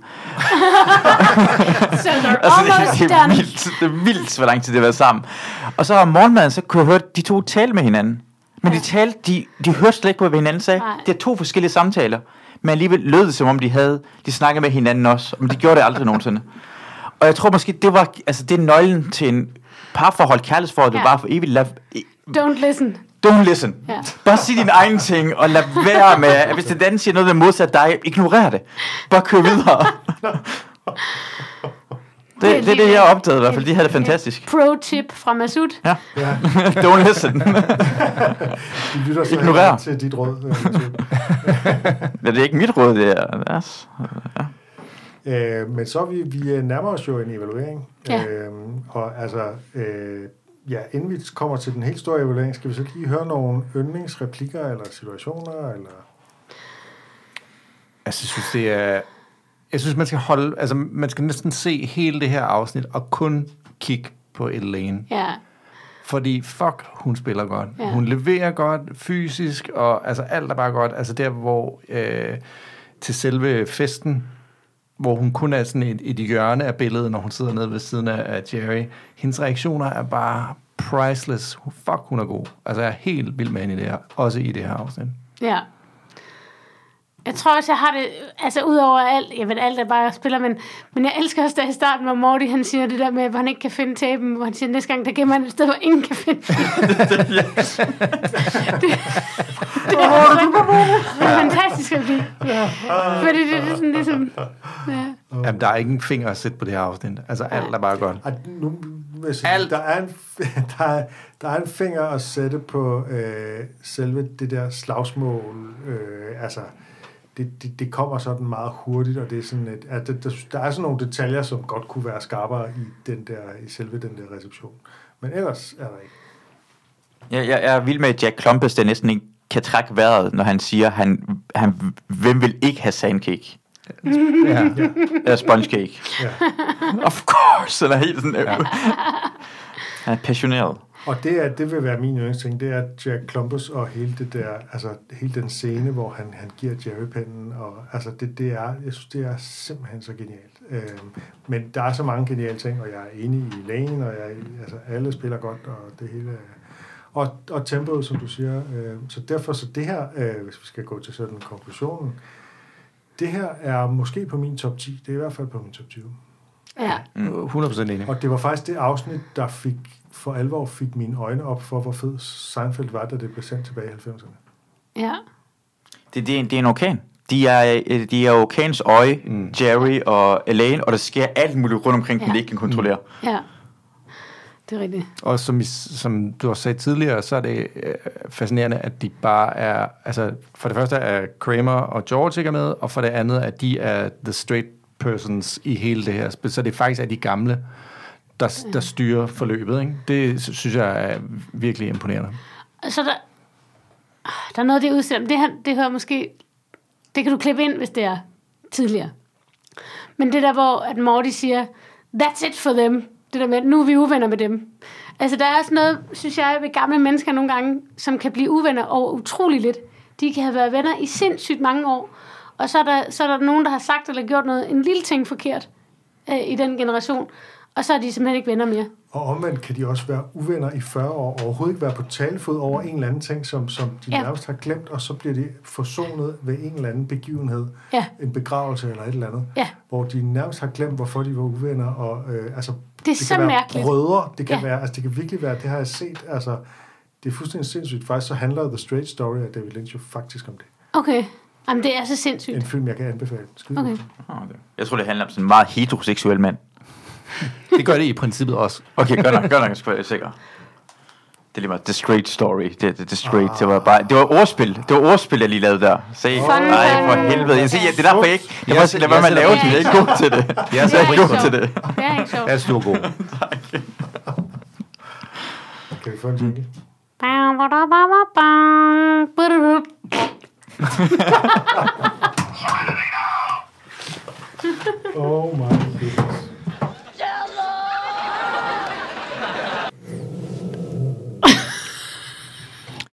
[SPEAKER 2] Så det
[SPEAKER 3] er vildt, hvor lang tid det har været sammen. Og så om morgenmaden, så kunne jeg høre, de to tale med hinanden. Men de hørte slet ikke på, hvad hinanden sagde. Det er 2 forskellige samtaler. Men alligevel lød det, som om de snakkede med hinanden også. Men de gjorde det aldrig nogensinde. Og jeg tror måske, det er nøglen til en parforhold, kærlighedsforhold, det bare for evigt. Don't listen.
[SPEAKER 2] Ja.
[SPEAKER 3] Bare sig din egen ting, og lad være med, at hvis det andet siger noget, der modsat dig, ignorer det. Bare kør videre. Det er det, jeg har opdaget i hvert fald. De havde det fantastisk.
[SPEAKER 2] Pro-tip fra Masud.
[SPEAKER 3] Ja. Don't listen.
[SPEAKER 1] De lytter så til dit råd.
[SPEAKER 3] Det er ikke mit råd, det er deres. Ja.
[SPEAKER 1] Men så vi nærmer os jo en evaluering.
[SPEAKER 2] Ja.
[SPEAKER 1] Og altså... inden vi kommer til den helt store evaluering, skal vi så lige høre nogle yndlingsreplikker eller situationer, eller...
[SPEAKER 4] Altså, jeg synes, man skal man skal næsten se hele det her afsnit, og kun kigge på Elaine.
[SPEAKER 2] Ja.
[SPEAKER 4] Fordi, hun spiller godt.
[SPEAKER 2] Ja.
[SPEAKER 4] Hun leverer godt, fysisk, og altså alt er bare godt. Altså der, hvor til selve festen, hvor hun kun er sådan et hjørne af billedet, når hun sidder nede ved siden af Jerry. Hendes reaktioner er bare priceless. Hun er god. Altså, jeg er helt vild med hende i det her. Også i det her afsnit.
[SPEAKER 2] Ja. Jeg tror også, jeg har det... Altså, udover alt... Jeg ved, alt er bare, jeg spiller, men jeg elsker også, da i starten, hvor Morty, han siger det der med, hvor han ikke kan finde taben, hvor han siger, næste gang, der gemmer han et sted, hvor ingen kan finde det er fantastisk at blive. Fordi det er sådan ligesom... Ja.
[SPEAKER 4] Jamen, der er ikke en finger at sætte på det her afsnit. Altså, alt er bare godt.
[SPEAKER 1] Der er en finger at sætte på selve det der slagsmål. Altså, det kommer sådan meget hurtigt, og det er sådan der er sådan nogle detaljer, som godt kunne være skarpere i selve den der reception. Men ellers er der ikke.
[SPEAKER 3] Jeg er vild med Jack Klumpus, der næsten ikke kan trække vejret, når han siger, hvem vil ikke have sandcake?
[SPEAKER 4] Ja.
[SPEAKER 3] Eller spongecake.
[SPEAKER 1] Ja.
[SPEAKER 3] Of course! Eller helt sådan... Han er passioneret.
[SPEAKER 1] Og det vil være min yndlingsting, det er Jack Klumpus og hele det der, altså hele den scene, hvor han giver Jerry pennen, og altså jeg synes, det er simpelthen så genialt. Men der er så mange geniale ting, og jeg er enig i Lane, og alle spiller godt, og det hele... Og tempoet, som du siger. Så derfor, det her, hvis vi skal gå til sådan konklusionen, det her er måske på min top 10. Det er i hvert fald på min top 20.
[SPEAKER 2] Ja.
[SPEAKER 4] 100% enig.
[SPEAKER 1] Og det var faktisk det afsnit, der for alvor fik mine øjne op for, hvor fed Seinfeld var, da det blev sendt tilbage i 90'erne.
[SPEAKER 2] Ja.
[SPEAKER 3] Det er en orkan. de er jo Kanes øje, Jerry og Elaine, og der sker alt muligt rundt omkring, de ikke kan kontrollere.
[SPEAKER 2] Ja, det er rigtigt.
[SPEAKER 4] Og som du har sagt tidligere, så er det fascinerende, at de bare er, altså for det første er Kramer og George ikke med, og for det andet, at de er the straight persons i hele det her spil, så det er faktisk de gamle, der styrer forløbet, ikke? Det synes jeg er virkelig imponerende.
[SPEAKER 2] Så der er noget, det er udstemt. Det hører måske... Det kan du klippe ind, hvis det er tidligere. Men det der, hvor at Morty siger, that's it for them. Det der med, nu er vi uvenner med dem. Altså, der er sådan noget, synes jeg, ved gamle mennesker nogle gange, som kan blive uvenner over utrolig lidt. De kan have været venner i sindssygt mange år. Og så er der nogen, der har sagt eller gjort en lille ting forkert i den generation. Og så er de simpelthen ikke venner mere.
[SPEAKER 1] Og omvendt kan de også være uvenner i 40 år, og overhovedet ikke være på talefod over en eller anden ting, som de nærmest har glemt, og så bliver de forsonet ved en eller anden begivenhed, en begravelse eller et eller andet, hvor de nærmest har glemt, hvorfor de var uvenner, og
[SPEAKER 2] det er så mærkeligt.
[SPEAKER 1] Brødre, det kan være, det kan virkelig være, det har jeg set, altså, det er fuldstændig sindssygt. Faktisk så handler The Straight Story af David Lynch jo faktisk om det.
[SPEAKER 2] Okay. Jamen, det er så sindssygt.
[SPEAKER 1] En film, jeg kan anbefale.
[SPEAKER 2] Okay.
[SPEAKER 3] Jeg tror, det handler om sådan en meget heteroseksuel mand.
[SPEAKER 4] Det gør det i princippet også.
[SPEAKER 3] Okay, godt nok, jeg skal være sikker. Det er lige meget The Straight Story. The Straight, det var bare... Det var ordspil. Det var ordspil, jeg lige lavede der. Se, nej, for helvede. Jeg siger, det er derfor jeg ikke... Jeg må lade være med at lave det. Jeg er ikke god til det.
[SPEAKER 2] Jeg er ikke god til det. Det er ikke sjovt.
[SPEAKER 4] Jeg er stor god.
[SPEAKER 1] Kan vi få en jingle? Oh my goodness.